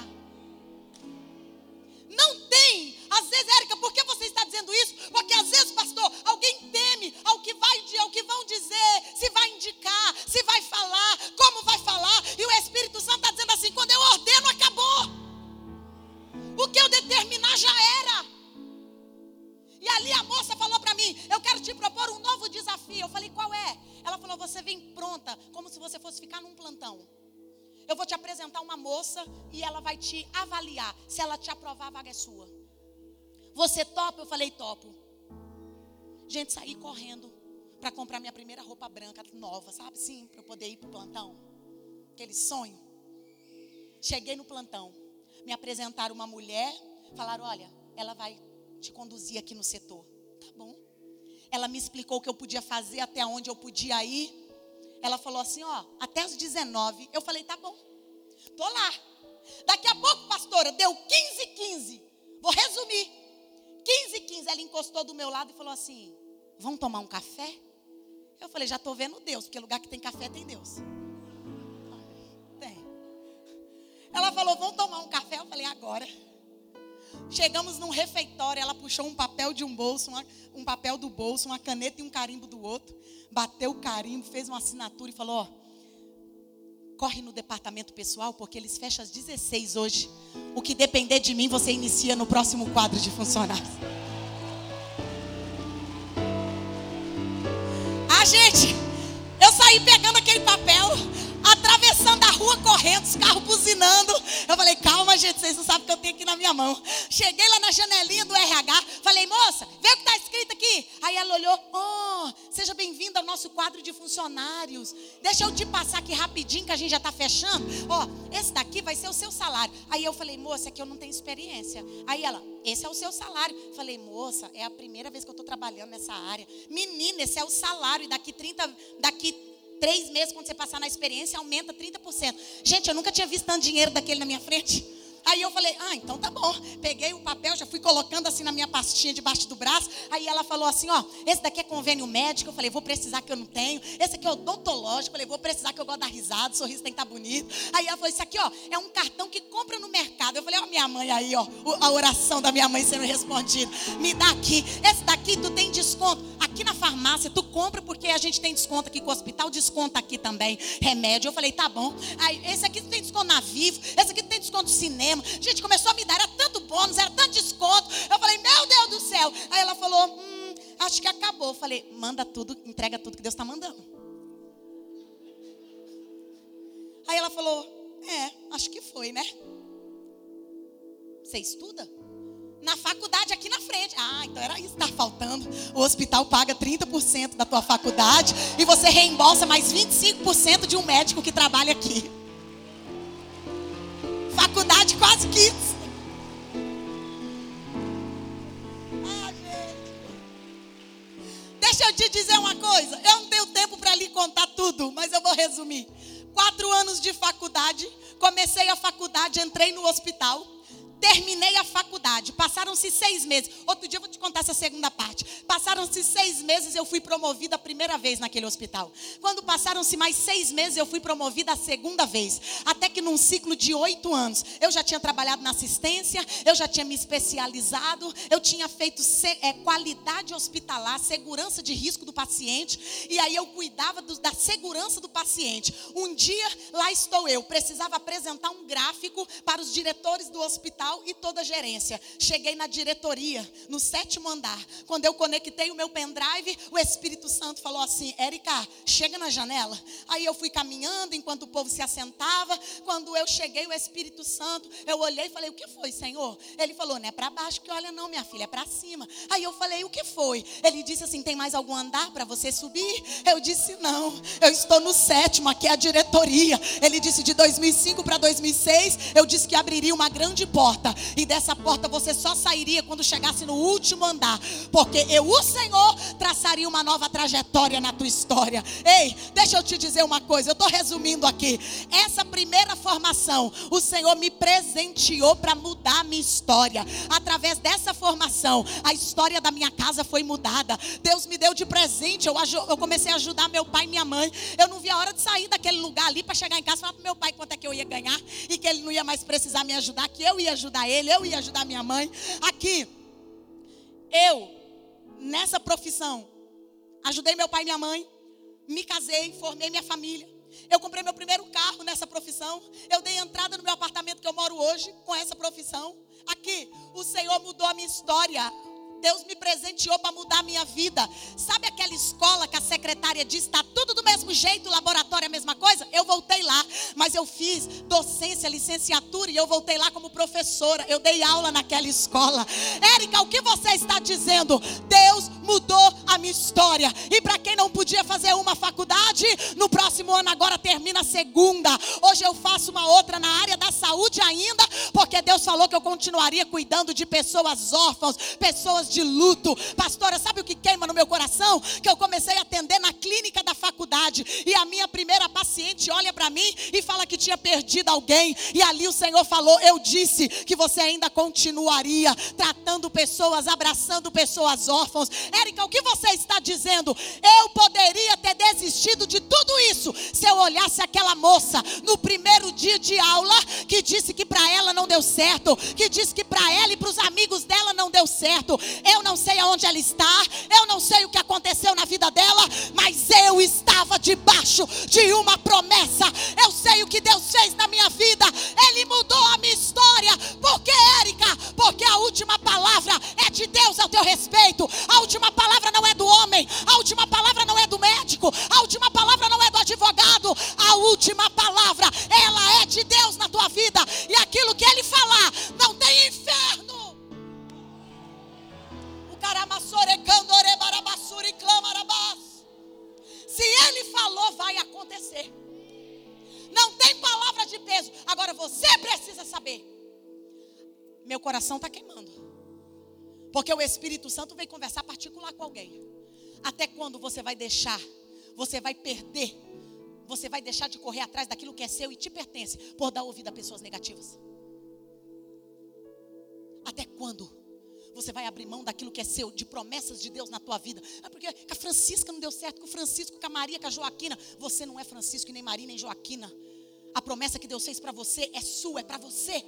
Não tem. Às vezes, Érica, por que você está dizendo isso? Porque às vezes, pastor, alguém teme ao que, vai, ao que vão dizer, se vai indicar, se vai falar, como vai falar. E o Espírito Santo está dizendo assim, quando eu ordeno, acabou. O que eu determinar já era. E ali a moça falou para mim, eu quero te propor um novo desafio. Eu falei, qual é? Ela falou, você vem pronta, como se você fosse ficar num plantão. Eu vou te apresentar uma moça e ela vai te avaliar. Se ela te aprovar, a vaga é sua. Você topa? Eu falei, topo. Gente, saí correndo para comprar minha primeira roupa branca nova, sabe? Sim, para eu poder ir para o plantão. Aquele sonho. Cheguei no plantão. Me apresentaram uma mulher. Falaram, olha, ela vai te conduzir aqui no setor. Tá bom. Ela me explicou o que eu podia fazer, até onde eu podia ir. Ela falou assim, ó, até os dezenove. Eu falei, tá bom. Tô lá. Daqui a pouco, pastora, deu quinze e quinze. Vou resumir. quinze e quinze, ela encostou do meu lado e falou assim: vamos tomar um café? Eu falei: já estou vendo Deus, porque lugar que tem café tem Deus. Tem. Ela falou: vamos tomar um café? Eu falei: agora. Chegamos num refeitório, ela puxou um papel de um bolso, uma, um papel do bolso, uma caneta e um carimbo do outro. Bateu o carimbo, fez uma assinatura e falou: ó, corre no departamento pessoal, porque eles fecham às dezesseis hoje. O que depender de mim, você inicia no próximo quadro de funcionários. Ah, gente, eu saí pegando aquele papel, atravessando a rua correndo, os carros buzinando. Eu falei: calma, gente, vocês não sabem o que eu tenho aqui na minha mão. Cheguei lá na janelinha do R H, falei: moça, vê o que está escrito aqui. Aí ela olhou: oh, seja bem-vinda ao nosso quadro de funcionários. Deixa eu te passar aqui rapidinho, que a gente já está fechando. Ó, oh, esse daqui vai ser o seu salário. Aí eu falei: moça, é que eu não tenho experiência. Aí ela: esse é o seu salário. Falei: moça, é a primeira vez que eu estou trabalhando nessa área. Menina, esse é o salário. E daqui trinta, daqui três meses, quando você passar na experiência, aumenta trinta por cento. Gente, eu nunca tinha visto tanto dinheiro daquele na minha frente. Aí eu falei: ah, então tá bom. Peguei o papel, já fui colocando assim na minha pastinha debaixo do braço. Aí ela falou assim: ó, esse daqui é convênio médico. Eu falei: vou precisar, que eu não tenho. Esse aqui é odontológico. Eu falei: vou precisar, que eu gosto de dar risada, o sorriso tem que estar bonito. Aí ela falou: isso aqui, ó, é um cartão que compra no mercado. Eu falei: ó, minha mãe aí, ó, a oração da minha mãe sendo respondida. Me dá aqui. Esse daqui tu tem desconto. Aqui na farmácia tu compra, porque a gente tem desconto aqui com o hospital, desconto aqui também, remédio. Eu falei: tá bom. Aí, esse aqui tu tem desconto na Vivo, esse aqui tu tem desconto no cinema. Gente, começou a me dar, era tanto bônus, era tanto desconto. Eu falei: meu Deus do céu. Aí ela falou: hum, acho que acabou. Eu falei: manda tudo, entrega tudo que Deus está mandando. Aí ela falou: é, acho que foi, né? Você estuda? Na faculdade aqui na frente. Ah, então era isso que está faltando. O hospital paga trinta por cento da tua faculdade e você reembolsa mais vinte e cinco por cento de um médico que trabalha aqui. Faculdade quase quinze. Ah, gente. Deixa eu te dizer uma coisa. Eu não tenho tempo para lhe contar tudo, mas eu vou resumir. Quatro anos de faculdade. Comecei a faculdade, entrei no hospital. Terminei a faculdade, passaram-se seis meses. Outro dia eu vou te contar essa segunda parte. Passaram-se seis meses, eu fui promovida a primeira vez naquele hospital. Quando passaram-se mais seis meses, eu fui promovida a segunda vez. Até que num ciclo de oito anos, eu já tinha trabalhado na assistência, eu já tinha me especializado, eu tinha feito é, qualidade hospitalar, segurança de risco do paciente. E aí eu cuidava do, da segurança do paciente. Um dia, lá estou eu, precisava apresentar um gráfico para os diretores do hospital e toda a gerência. Cheguei na diretoria, no sétimo andar. Quando eu conectei o meu pendrive, o Espírito Santo falou assim: Érica, chega na janela. Aí eu fui caminhando enquanto o povo se assentava. Quando eu cheguei, o Espírito Santo, eu olhei e falei: o que foi, Senhor? Ele falou: não é para baixo que olha não, minha filha, é para cima. Aí eu falei: o que foi? Ele disse assim: tem mais algum andar para você subir? Eu disse: não, eu estou no sétimo, aqui é a diretoria. Ele disse: de dois mil e cinco para dois mil e seis, eu disse que abriria uma grande porta. E dessa porta você só sairia quando chegasse no último andar, porque eu, o Senhor, traçaria uma nova trajetória na tua história. Ei, deixa eu te dizer uma coisa, eu estou resumindo aqui. Essa primeira formação, o Senhor me presenteou para mudar a minha história. Através dessa formação, a história da minha casa foi mudada. Deus me deu de presente, eu, eu comecei a ajudar meu pai e minha mãe. Eu não vi a hora de sair daquele lugar ali para chegar em casa e falar para meu pai quanto é que eu ia ganhar e que ele não ia mais precisar me ajudar, que eu ia ajudar ajudar ele, eu ia ajudar minha mãe. Aqui, eu, nessa profissão, ajudei meu pai e minha mãe, me casei, formei minha família. Eu comprei meu primeiro carro nessa profissão. Eu dei entrada no meu apartamento que eu moro hoje com essa profissão. Aqui, o Senhor mudou a minha história. Deus me presenteou para mudar a minha vida. Sabe aquela escola que a secretária disse: está tudo do mesmo jeito, o laboratório é a mesma coisa? Eu voltei lá, mas eu fiz docência, licenciatura, e eu voltei lá como professora. Eu dei aula naquela escola. Érica, o que você está dizendo? Deus mudou a minha história. E para quem não podia fazer uma faculdade, no próximo ano agora termina a segunda. Hoje eu faço uma outra na área da saúde ainda, porque Deus falou que eu continuaria cuidando de pessoas órfãs, pessoas de luto. Pastora, sabe o que queima no meu coração? Que eu comecei a atender na clínica da faculdade, e a minha primeira paciente olha para mim e fala que tinha perdido alguém, e ali o Senhor falou: eu disse que você ainda continuaria tratando pessoas, abraçando pessoas órfãs. Érica, o que você está dizendo? Eu poderia ter desistido de tudo isso se eu olhasse aquela moça no primeiro dia de aula, que disse que para ela não deu certo, que disse que para ela e para os amigos dela não deu certo. Eu não sei aonde ela está, eu não sei o que aconteceu na vida dela, mas eu estava debaixo de uma promessa. Eu sei o que Deus fez na minha vida. Ele mudou a minha história. Por que, Érica? Porque a última palavra é de Deus ao teu respeito. A última palavra não é do homem, a última palavra não é do médico, a última palavra não é do advogado. A última palavra, ela é de Deus na tua vida. E aquilo que Ele falar, não tem inferno. Se Ele falou, vai acontecer. Não tem palavra de peso. Agora você precisa saber. Meu coração está queimando, porque o Espírito Santo veio conversar particular com alguém. Até quando você vai deixar, você vai perder, você vai deixar de correr atrás daquilo que é seu e te pertence, por dar ouvido a pessoas negativas? Até quando você vai abrir mão daquilo que é seu, de promessas de Deus na tua vida? Ah, porque com a Francisca não deu certo, com o Francisco, com a Maria, com a Joaquina. Você não é Francisco, nem Maria, nem Joaquina. A promessa que Deus fez para você é sua, é para você.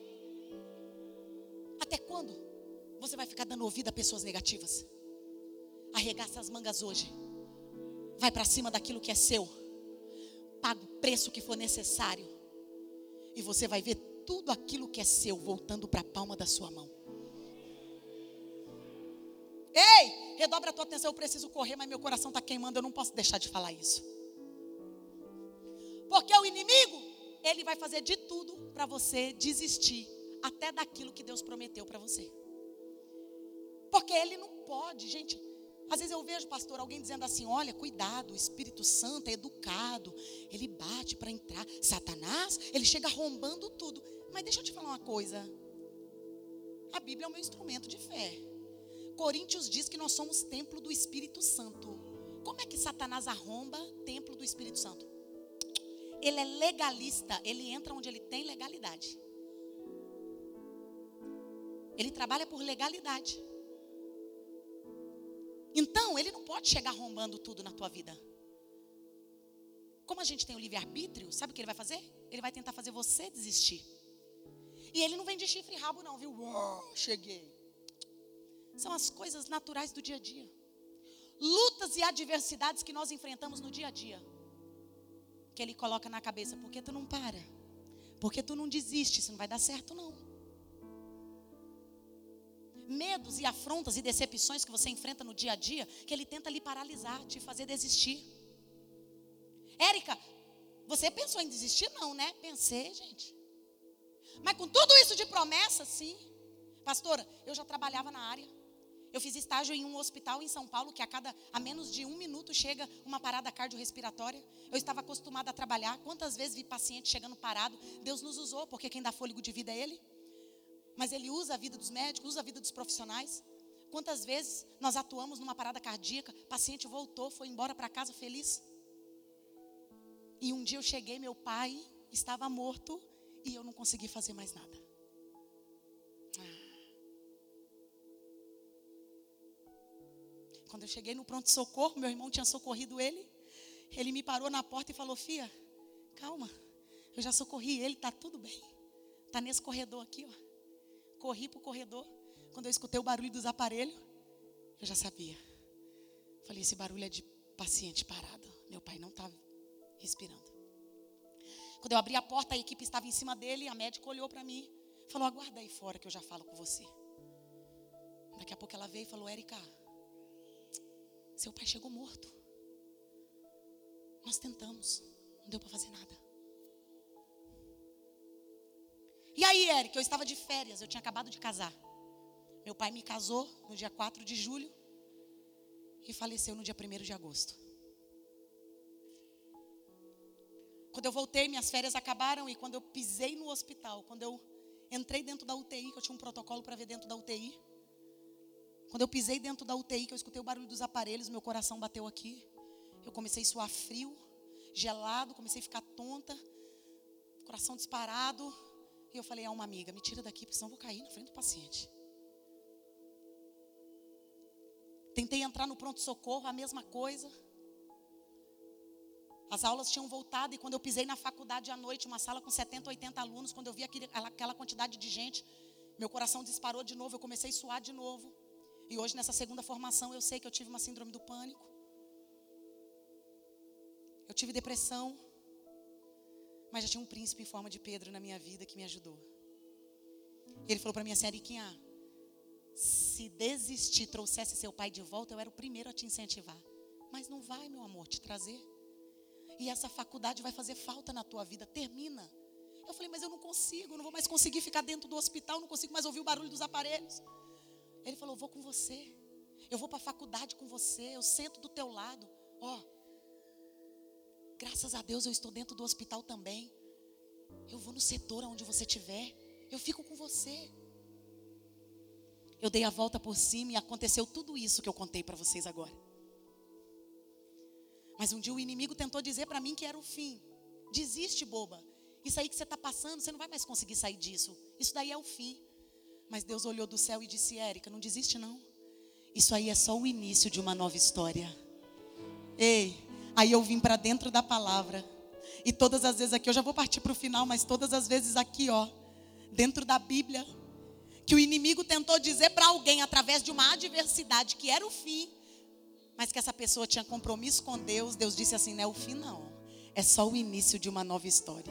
Até quando você vai ficar dando ouvido a pessoas negativas? Arregaça as mangas hoje. Vai para cima daquilo que é seu. Paga o preço que for necessário. E você vai ver tudo aquilo que é seu voltando para a palma da sua mão. Ei, redobra a tua atenção, eu preciso correr, mas meu coração está queimando, eu não posso deixar de falar isso. Porque o inimigo, ele vai fazer de tudo para você desistir, até daquilo que Deus prometeu para você. Porque ele não pode, gente. Às vezes eu vejo, pastor, alguém dizendo assim: olha, cuidado, o Espírito Santo é educado, ele bate para entrar. Satanás, ele chega arrombando tudo. Mas deixa eu te falar uma coisa. A Bíblia é o meu instrumento de fé. Coríntios diz que nós somos templo do Espírito Santo. Como é que Satanás arromba templo do Espírito Santo? Ele é legalista, ele entra onde ele tem legalidade. Ele trabalha por legalidade. Então, ele não pode chegar arrombando tudo na tua vida. Como a gente tem o livre-arbítrio, sabe o que ele vai fazer? Ele vai tentar fazer você desistir. E ele não vem de chifre e rabo não, viu? Uou, cheguei. São as coisas naturais do dia a dia. Lutas e adversidades que nós enfrentamos no dia a dia. Que ele coloca na cabeça: por que tu não para? Por que tu não desiste? Isso não vai dar certo não. Medos e afrontas e decepções que você enfrenta no dia a dia, que ele tenta lhe paralisar, te fazer desistir. Érica, você pensou em desistir? Não, né? Pensei, gente. Mas com tudo isso de promessa, sim. Pastora, eu já trabalhava na área. Eu fiz estágio em um hospital em São Paulo, que a cada, a menos de um minuto chega uma parada cardiorrespiratória. Eu estava acostumada a trabalhar. Quantas vezes vi paciente chegando parado? Deus nos usou, porque quem dá fôlego de vida é Ele. Mas Ele usa a vida dos médicos, usa a vida dos profissionais. Quantas vezes nós atuamos numa parada cardíaca, o paciente voltou, foi embora para casa feliz. E um dia eu cheguei, meu pai estava morto e eu não consegui fazer mais nada. Quando eu cheguei no pronto-socorro, meu irmão tinha socorrido ele. Ele me parou na porta e falou: filha, calma, eu já socorri ele, está tudo bem. Está nesse corredor aqui, ó. Corri para o corredor. Quando eu escutei o barulho dos aparelhos, eu já sabia. Falei: esse barulho é de paciente parado. Meu pai não estava respirando. Quando eu abri a porta, a equipe estava em cima dele. A médica olhou para mim e falou: aguarda aí fora que eu já falo com você. Daqui a pouco ela veio e falou: Érica, seu pai chegou morto. Nós tentamos, não deu para fazer nada. E aí, Érica, eu estava de férias, eu tinha acabado de casar. Meu pai me casou no dia quatro de julho. e faleceu no dia primeiro de agosto. Quando eu voltei, minhas férias acabaram, e quando eu pisei no hospital, quando eu entrei dentro da U T I, que eu tinha um protocolo para ver dentro da U T I, quando eu pisei dentro da U T I, que eu escutei o barulho dos aparelhos, meu coração bateu aqui, eu comecei a suar frio, gelado, comecei a ficar tonta, coração disparado, e eu falei a uma amiga, me tira daqui, porque senão eu vou cair na frente do paciente. Tentei entrar no pronto-socorro, a mesma coisa. As aulas tinham voltado, e quando eu pisei na faculdade à noite, uma sala com setenta, oitenta alunos, quando eu vi aquele, aquela quantidade de gente, meu coração disparou de novo, eu comecei a suar de novo. E hoje, nessa segunda formação, eu sei que eu tive uma síndrome do pânico. Eu tive depressão. Mas já tinha um príncipe em forma de Pedro na minha vida que me ajudou. Ele falou para mim assim, Ariquinha, se desistir, trouxesse seu pai de volta, eu era o primeiro a te incentivar. Mas não vai, meu amor, te trazer. E essa faculdade vai fazer falta na tua vida, termina. Eu falei, mas eu não consigo, eu não vou mais conseguir ficar dentro do hospital, não consigo mais ouvir o barulho dos aparelhos. Ele falou, eu vou com você, eu vou para a faculdade com você, eu sento do teu lado. Ó, graças a Deus eu estou dentro do hospital também. Eu vou no setor onde você estiver, eu fico com você. Eu dei a volta por cima e aconteceu tudo isso que eu contei para vocês agora. Mas um dia o inimigo tentou dizer para mim que era o fim. Desiste, boba. Isso aí que você está passando, você não vai mais conseguir sair disso. Isso daí é o fim. Mas Deus olhou do céu e disse, Érica, não desiste não. Isso aí é só o início de uma nova história. Ei, aí eu vim para dentro da palavra. E todas as vezes aqui, eu já vou partir para o final, mas todas as vezes aqui, ó, dentro da Bíblia, que o inimigo tentou dizer para alguém através de uma adversidade que era o fim, mas que essa pessoa tinha compromisso com Deus, Deus disse assim, não é o fim não, é só o início de uma nova história.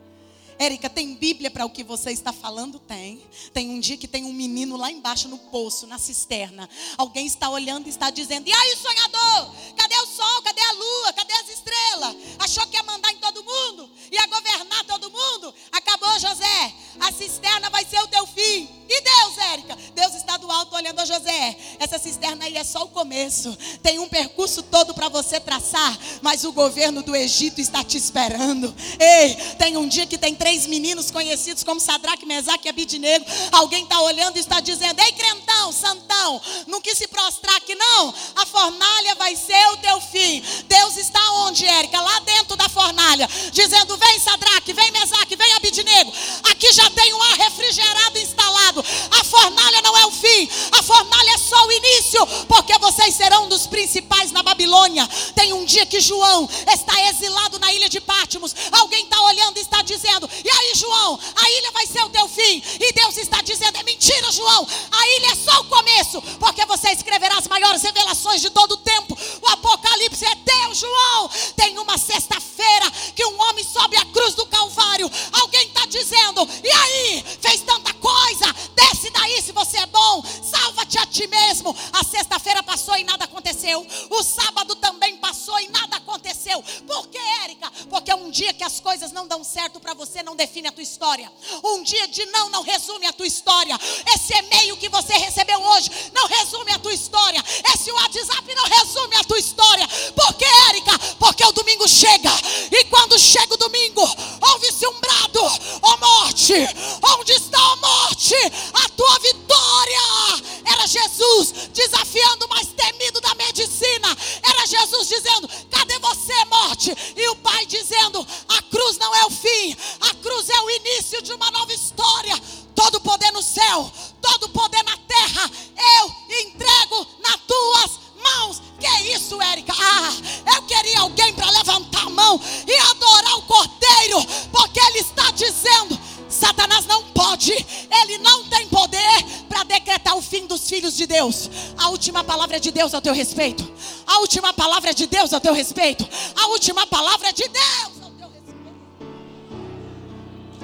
Érica, tem Bíblia para o que você está falando? Tem. Tem um dia que tem um menino lá embaixo no poço, na cisterna. Alguém está olhando e está dizendo, e aí sonhador, cadê o sol, cadê a lua, cadê as estrelas? Achou que ia mandar em todo mundo? Ia governar todo mundo? Acabou, José, a cisterna vai ser o teu fim. E Deus, Érica? Deus está do alto olhando a José. Essa cisterna aí é só o começo. Tem um percurso todo para você traçar, mas o governo do Egito está te esperando. Ei, tem um dia que tem três meninos conhecidos como Sadraque, Mesaque e Abidnego. Alguém está olhando e está dizendo, ei crentão, santão, não quis se prostrar aqui não? A fornalha vai ser o teu fim. Deus está onde, Érica? Lá dentro da fornalha, dizendo, vem Sadraque, vem Mesaque, vem Abidnego. Aqui já tem um ar refrigerado instalado. A fornalha não é o fim, a fornalha é só o início, porque vocês serão dos principais na Babilônia. Tem um dia que João está exilado na ilha de Patmos. Alguém está olhando e está dizendo, e aí João, a ilha vai ser o teu fim. E Deus está dizendo, é mentira João, a ilha é só o começo, porque você escreverá as maiores revelações de todo o tempo. O Apocalipse é teu, João. Tem uma sexta-feira que um homem sobe a cruz do Calvário. Alguém está dizendo, e aí, fez tanta coisa, desce daí se você é bom, salva-te a ti mesmo. A sexta-feira passou e nada aconteceu. O sábado também passou e nada aconteceu. Por que, Érica? Porque um dia que as coisas não dão certo para você não define a tua história. Um dia de não não resume a tua história. Esse e-mail que você recebeu hoje não resume a tua história. Esse WhatsApp não resume a tua história. Por que, Érica? Porque o domingo chega, e quando chega o domingo, ouve-se um brado, ó morte, onde está a morte? A tua vitória. Era Jesus desafiando o mais temido da medicina. Era Jesus dizendo, cadê você, morte? E o Pai dizendo, a cruz não é o fim, a cruz é o início de uma nova história. Todo poder no céu, todo poder na terra, eu entrego nas tuas mãos. Que é isso, Érica? Ah, eu queria alguém para levantar a mão e adorar o Cordeiro, porque ele está dizendo, Satanás não pode, ele não tem poder para decretar o fim dos filhos de Deus. A última palavra é de Deus ao teu respeito. A última palavra é de Deus ao teu respeito. A última palavra é de Deus ao teu respeito.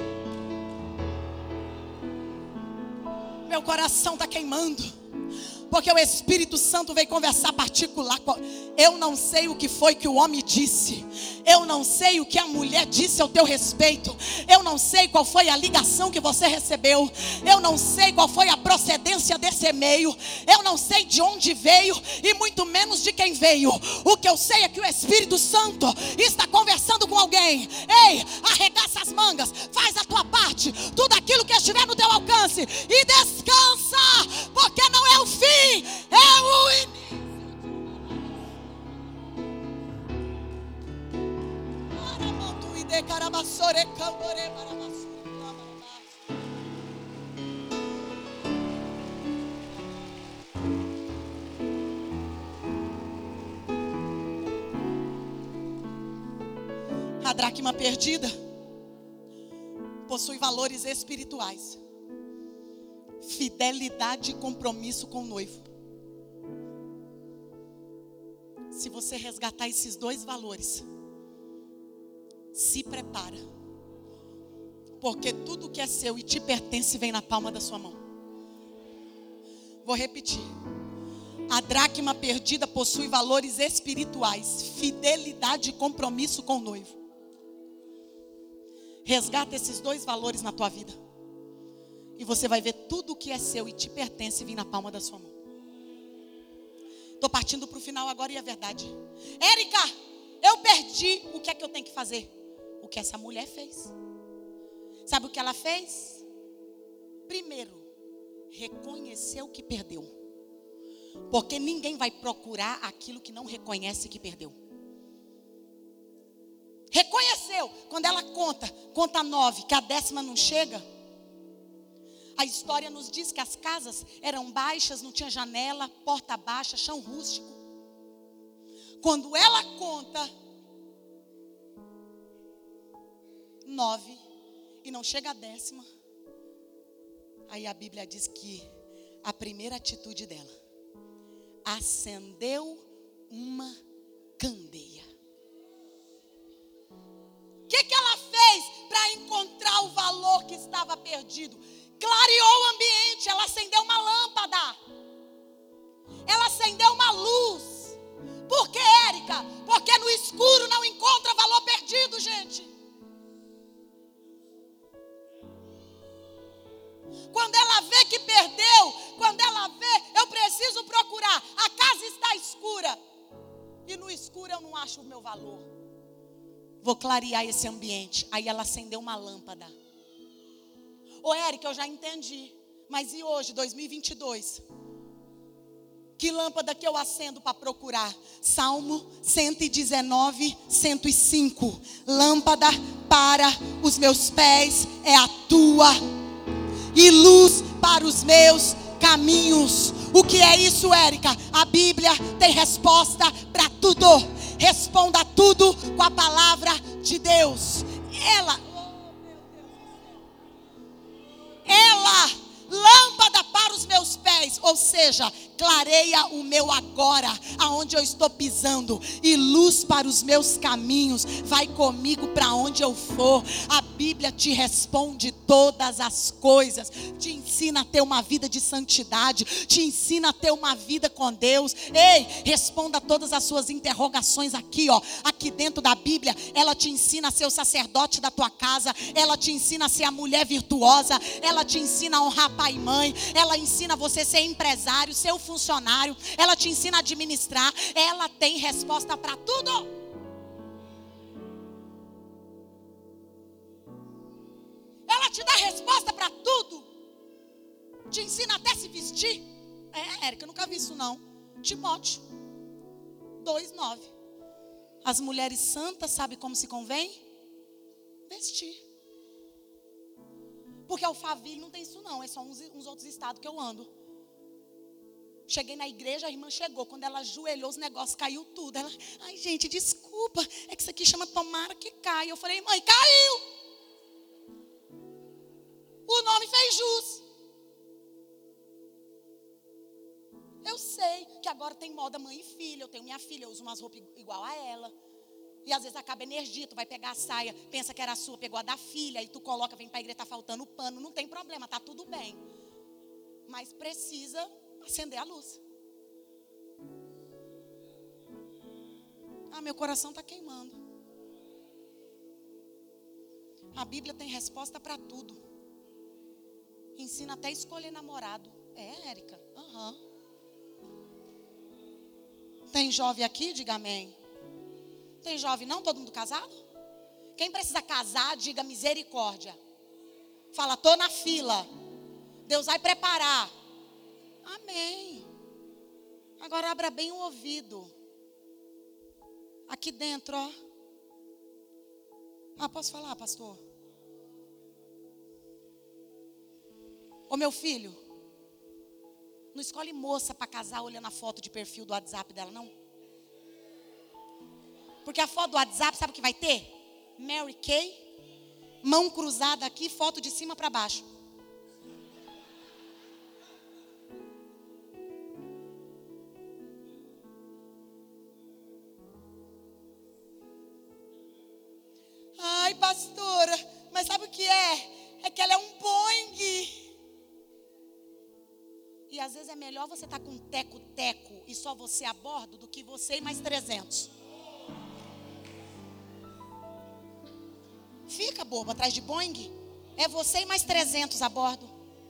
Meu coração está queimando.
Porque o Espírito Santo veio conversar particular com... Eu não sei o que foi que o homem disse. Eu não sei o que a mulher disse ao teu respeito. Eu não sei qual foi a ligação que você recebeu. Eu não sei qual foi a procedência desse e-mail. Eu não sei de onde veio e muito menos de quem veio. O que eu sei é que o Espírito Santo está conversando com alguém. Ei, arregaça as mangas, faz a tua parte, tudo aquilo que estiver no teu alcance e descansa, porque não é o fim, é o início. A dracma perdida possui valores espirituais: fidelidade e compromisso com o noivo. Se você resgatar esses dois valores, se prepara, porque tudo que é seu e te pertence vem na palma da sua mão. Vou repetir: a dracma perdida possui valores espirituais: fidelidade e compromisso com o noivo. Resgata esses dois valores na tua vida e você vai ver tudo que é seu e te pertence vir na palma da sua mão. Estou partindo para o final agora e é verdade. Érica, eu perdi. O que é que eu tenho que fazer? O que essa mulher fez. Sabe o que ela fez? Primeiro, reconheceu que perdeu. Porque ninguém vai procurar aquilo que não reconhece que perdeu. Reconheceu. Quando ela conta, conta nove, que a décima não chega. A história nos diz que as casas eram baixas, não tinha janela, porta baixa, chão rústico. Quando ela conta nove e não chega a décima, aí a Bíblia diz que a primeira atitude dela: acendeu uma candeia. O que, que ela fez para encontrar o valor que estava perdido? Clareou o ambiente, ela acendeu uma lâmpada. Ela acendeu uma luz. Por que, Érica? Porque no escuro não encontra valor perdido, gente. Quando ela vê que perdeu, quando ela vê, eu preciso procurar. A casa está escura. E no escuro eu não acho o meu valor. Vou clarear esse ambiente. Aí ela acendeu uma lâmpada. Ô, Érica, eu já entendi. Mas e hoje, dois mil e vinte e dois? Que lâmpada que eu acendo para procurar? Salmo cento e dezenove, cento e cinco. Lâmpada para os meus pés é a tua, e luz para os meus caminhos. O que é isso, Érica? A Bíblia tem resposta para tudo. Responda tudo com a palavra de Deus. Ela, ela, lâmpada para os meus pés, ou seja, clareia o meu agora, aonde eu estou pisando, e luz para os meus caminhos. Vai comigo para onde eu for. A Bíblia te responde todas as coisas, te ensina a ter uma vida de santidade, te ensina a ter uma vida com Deus. Ei, responda todas as suas interrogações aqui, ó, aqui dentro da Bíblia. Ela te ensina a ser o sacerdote da tua casa, ela te ensina a ser a mulher virtuosa, ela te ensina a honrar pai e mãe, ela ensina você a ser empresário, ser o funcionário, ela te ensina a administrar. Ela tem resposta para tudo. Ela te dá resposta para tudo. Te ensina até se vestir. É, Érica, eu nunca vi isso não. Timóteo dois, nove. As mulheres santas sabem como se convém vestir. Porque Alphaville não tem isso não. É só uns, uns outros estados que eu ando. Cheguei na igreja, a irmã chegou. Quando ela ajoelhou, os negócios caiu tudo. Ela, ai gente, desculpa, é que isso aqui chama tomara que caia. Eu falei, mãe, caiu. O nome fez jus. Eu sei que agora tem moda mãe e filha. Eu tenho minha filha, eu uso umas roupas igual a ela. E às vezes acaba energia, tu vai pegar a saia, pensa que era a sua, pegou a da filha, e tu coloca, vem para a igreja, tá faltando pano. Não tem problema, tá tudo bem. Mas precisa acender a luz.
meu coração está queimando. A Bíblia tem resposta para tudo. Ensina até a escolher namorado. É, Érica? Aham. Uhum. Tem jovem aqui? Diga amém. Tem jovem não? Todo mundo casado? Quem precisa casar, diga misericórdia. Fala, tô na fila. Deus vai preparar. Amém. Agora abra bem o ouvido. Aqui dentro, ó. Ah, posso falar, pastor? Ô meu filho, não escolhe moça para casar olhando a foto de perfil do WhatsApp dela, não. Porque a foto do WhatsApp, sabe o que vai ter? Mary Kay, mão cruzada aqui, foto de cima para baixo. Ai, pastora, mas sabe o que é? É que ela é um Boeing. E às vezes é melhor você estar com teco-teco e só você a bordo do que você e mais trezentos. Fica bobo atrás de Boeing. É você e mais trezentos a bordo.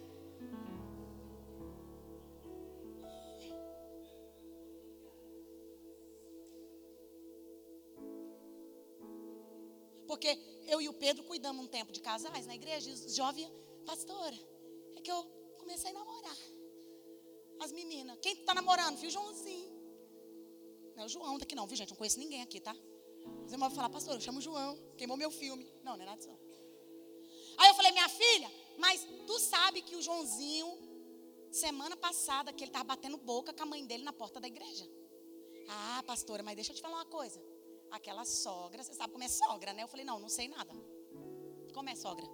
Porque eu e o Pedro cuidamos um tempo de casais na igreja. E os jovens, pastora, é que eu comecei a namorar. As meninas, quem está namorando? Filho Joãozinho. Não é o João daqui não, viu gente? Não conheço ninguém aqui, tá? Você vai falar, pastor, eu chamo o João, queimou meu filme. Não, não é nada disso. Aí eu falei, minha filha, mas tu sabe que o Joãozinho, semana passada, que ele estava batendo boca com a mãe dele na porta da igreja. Ah, pastora, mas deixa eu te falar uma coisa. Aquela sogra, você sabe como é sogra, né? Eu falei, não, não sei nada. Como é sogra?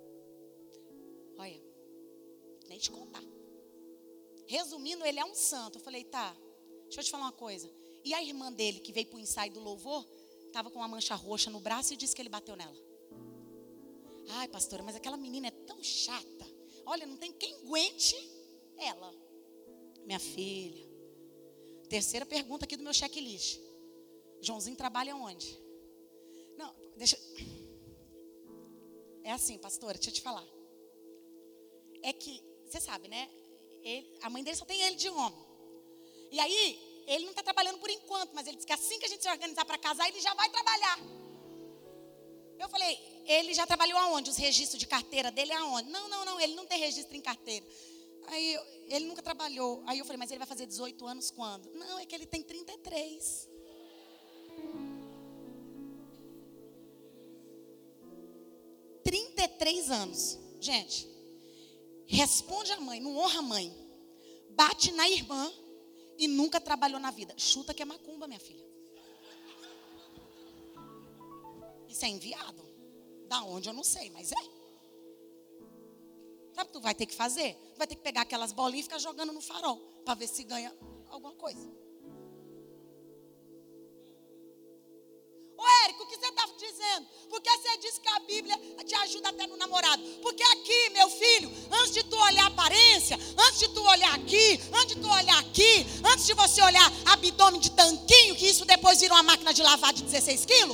Olha, nem te contar. Resumindo, ele é um santo. Eu falei, tá, deixa eu te falar uma coisa. E a irmã dele, que veio para o ensaio do louvor, estava com uma mancha roxa no braço e disse que ele bateu nela. Ai, pastora, mas aquela menina é tão chata. Olha, não tem quem aguente ela. Minha filha. Terceira pergunta aqui do meu checklist. Joãozinho trabalha onde? Não, deixa... É assim, pastora, deixa eu te falar. É que, você sabe, né? Ele, a mãe dele só tem ele de homem. E aí, ele não está trabalhando por enquanto, mas ele disse que assim que a gente se organizar para casar, ele já vai trabalhar. Eu falei, ele já trabalhou aonde? Os registros de carteira dele é aonde? Não, não, não, ele não tem registro em carteira. Aí, ele nunca trabalhou. Aí eu falei, mas ele vai fazer dezoito anos quando? Não, é que ele tem trinta e três. trinta e três anos. Gente, responde a mãe, não honra a mãe. Bate na irmã e nunca trabalhou na vida. Chuta que é macumba, minha filha. Isso é enviado. Da onde eu não sei, mas é. Sabe o que tu vai ter que fazer? Tu vai ter que pegar aquelas bolinhas e ficar jogando no farol para ver se ganha alguma coisa. Ô, Érico, o que você está dizendo? Porque você disse que a Bíblia te ajuda até no namorado. Porque aqui, meu filho, antes de tu olhar a aparência, antes de tu olhar aqui, antes de tu olhar aqui, antes de você olhar abdômen de tanquinho, que isso depois vira uma máquina de lavar de dezesseis quilos.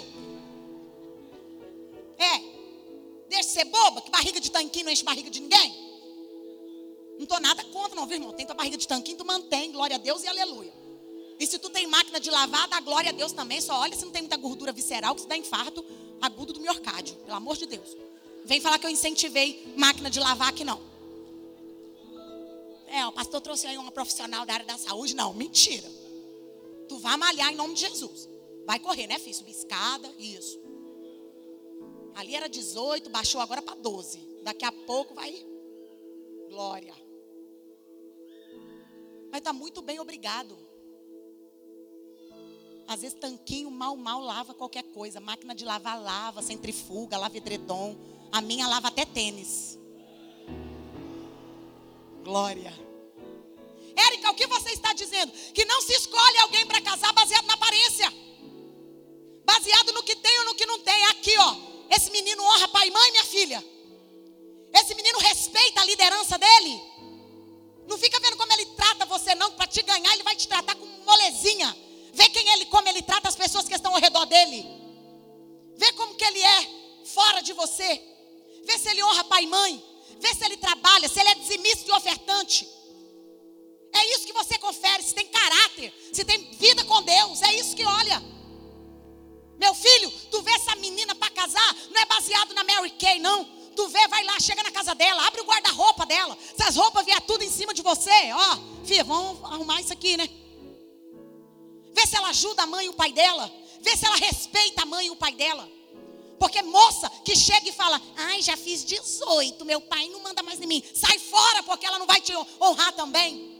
É, deixa de ser boba, que barriga de tanquinho não enche barriga de ninguém. Não estou nada contra não, viu, irmão? Tem tua barriga de tanquinho, tu mantém, glória a Deus e aleluia. E se tu tem máquina de lavar, dá glória a Deus também. Só olha se não tem muita gordura visceral, que isso dá infarto agudo do miocárdio. Pelo amor de Deus. Vem falar que eu incentivei máquina de lavar aqui, não. É, o pastor trouxe aí uma profissional da área da saúde. Não, mentira. Tu vai malhar em nome de Jesus. Vai correr, né, filho? Subir escada, isso. Ali era dezoito, baixou agora para doze. Daqui a pouco vai... Glória. Mas tá muito bem, obrigado. Às vezes tanquinho mal, mal lava qualquer coisa. Máquina de lavar lava, centrifuga, lava edredom. A minha lava até tênis. Glória. Érica, o que você está dizendo? Que não se escolhe alguém para casar baseado na aparência. Baseado no que tem ou no que não tem. Aqui, ó. Esse menino honra pai e mãe, minha filha. Esse menino respeita a liderança dele. Não fica vendo como ele trata você não. Para te ganhar, ele vai te tratar como molezinha. Vê quem ele, como ele trata as pessoas que estão ao redor dele. Vê como que ele é fora de você. Vê se ele honra pai e mãe. Vê se ele trabalha, se ele é dizimista e ofertante. É isso que você confere, se tem caráter, se tem vida com Deus. É isso que olha. Meu filho, tu vê essa menina para casar, não é baseado na Mary Kay, não. Tu vê, vai lá, chega na casa dela, abre o guarda-roupa dela. Se as roupas vier tudo em cima de você, ó, filha, vamos arrumar isso aqui, né? Vê se ela ajuda a mãe e o pai dela. Vê se ela respeita a mãe e o pai dela. Porque moça que chega e fala, ai, já fiz dezoito, meu pai não manda mais em mim. Sai fora, porque ela não vai te honrar também.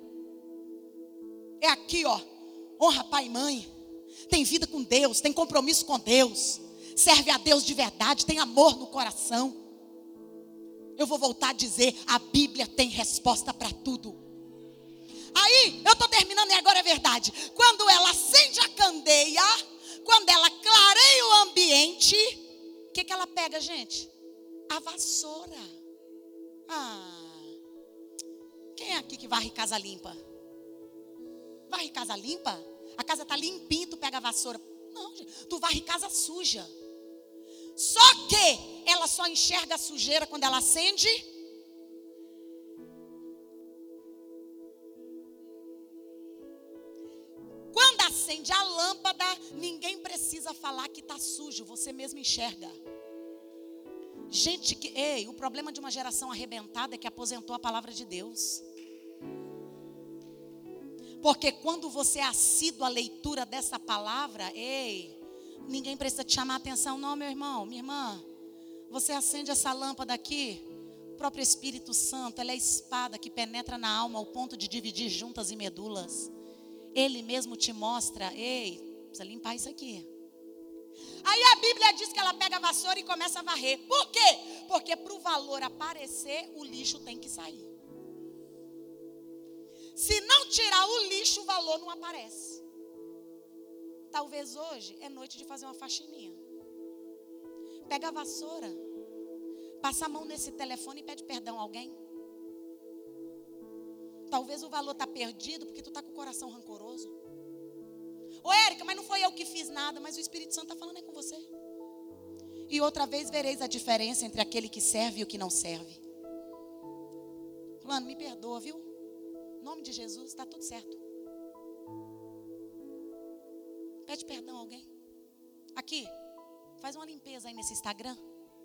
É aqui, ó, honra pai e mãe. Tem vida com Deus, tem compromisso com Deus. Serve a Deus de verdade, tem amor no coração. Eu vou voltar a dizer, a Bíblia tem resposta para tudo. Aí, eu estou terminando e agora é verdade. Quando ela acende a candeia, quando ela clareia o ambiente, o que, que ela pega, gente? A vassoura. Ah, quem é aqui que varre casa limpa? Varre casa limpa? A casa está limpinha, tu pega a vassoura. Não, gente, tu varre casa suja. Só que ela só enxerga a sujeira quando ela acende. Quando acende a lâmpada, ninguém precisa falar que está sujo, você mesmo enxerga. Gente que, ei, o problema de uma geração arrebentada é que aposentou a palavra de Deus. Porque quando você é assíduo à leitura dessa palavra, ei, ninguém precisa te chamar a atenção, não, meu irmão, minha irmã. Você acende essa lâmpada aqui, o próprio Espírito Santo, ela é a espada que penetra na alma ao ponto de dividir juntas e medulas. Ele mesmo te mostra, ei, precisa limpar isso aqui. Aí a Bíblia diz que ela pega a vassoura e começa a varrer. Por quê? Porque para o valor aparecer, o lixo tem que sair. Se não tirar o lixo, o valor não aparece. Talvez hoje é noite de fazer uma faxininha. Pega a vassoura, passa a mão nesse telefone e pede perdão a alguém. Talvez o valor está perdido porque tu está com o coração rancoroso. Ô Érica, mas não foi eu que fiz nada, mas o Espírito Santo está falando aí com você. E outra vez vereis a diferença entre aquele que serve e o que não serve. Fulano, me perdoa, viu? Em nome de Jesus, está tudo certo. Pede perdão a alguém. Aqui, faz uma limpeza aí nesse Instagram.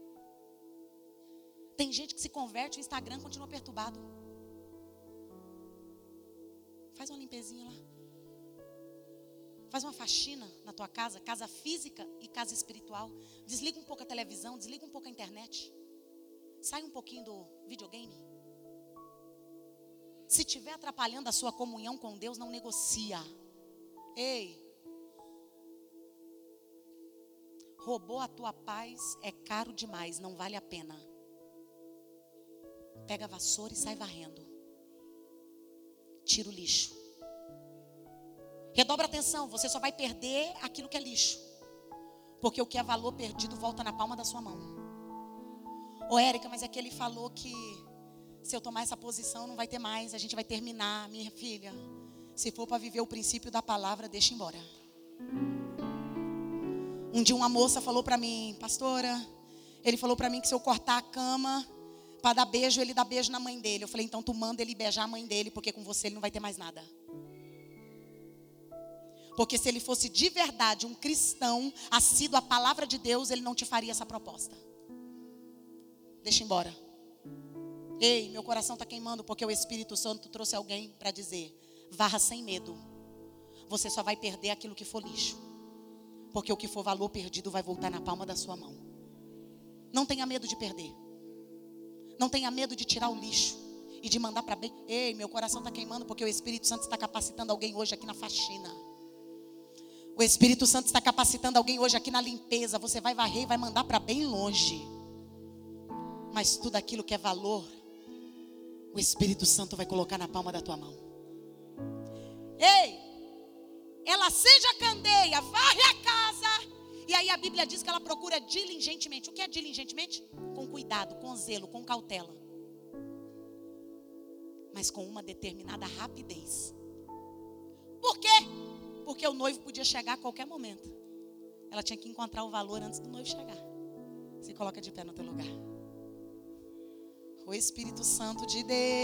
Tem gente que se converte, o Instagram continua perturbado. Faz uma limpezinha lá. Faz uma faxina na tua casa, casa física e casa espiritual. Desliga um pouco a televisão, desliga um pouco a internet. Sai um pouquinho do videogame. Se estiver atrapalhando a sua comunhão com Deus, não negocia. Ei, roubou a tua paz, é caro demais, não vale a pena. Pega a vassoura e sai varrendo. Tira o lixo. Redobra atenção, você só vai perder aquilo que é lixo. Porque o que é valor perdido volta na palma da sua mão. Ô Érica, mas é que ele falou que se eu tomar essa posição não vai ter mais, a gente vai terminar. Minha filha, se for para viver o princípio da palavra, deixa embora. Um dia uma moça falou para mim, pastora, ele falou para mim que se eu cortar a cama para dar beijo, ele dá beijo na mãe dele. Eu falei, então tu manda ele beijar a mãe dele, porque com você ele não vai ter mais nada. Porque se ele fosse de verdade um cristão, assíduo à palavra de Deus, ele não te faria essa proposta. Deixa embora. Ei, meu coração está queimando porque o Espírito Santo trouxe alguém para dizer, varra sem medo. Você só vai perder aquilo que for lixo. Porque o que for valor perdido vai voltar na palma da sua mão. Não tenha medo de perder. Não tenha medo de tirar o lixo e de mandar para bem. Ei, meu coração está queimando porque o Espírito Santo está capacitando alguém hoje aqui na faxina. O Espírito Santo está capacitando alguém hoje aqui na limpeza. Você vai varrer e vai mandar para bem longe. Mas tudo aquilo que é valor, o Espírito Santo vai colocar na palma da tua mão. Ei, ela acende a candeia, varre a casa. E aí a Bíblia diz que ela procura diligentemente. O que é diligentemente? Com cuidado, com zelo, com cautela. Mas com uma determinada rapidez. Por quê? Porque o noivo podia chegar a qualquer momento. Ela tinha que encontrar o valor antes do noivo chegar. Se coloca de pé no teu lugar. O Espírito Santo de Deus.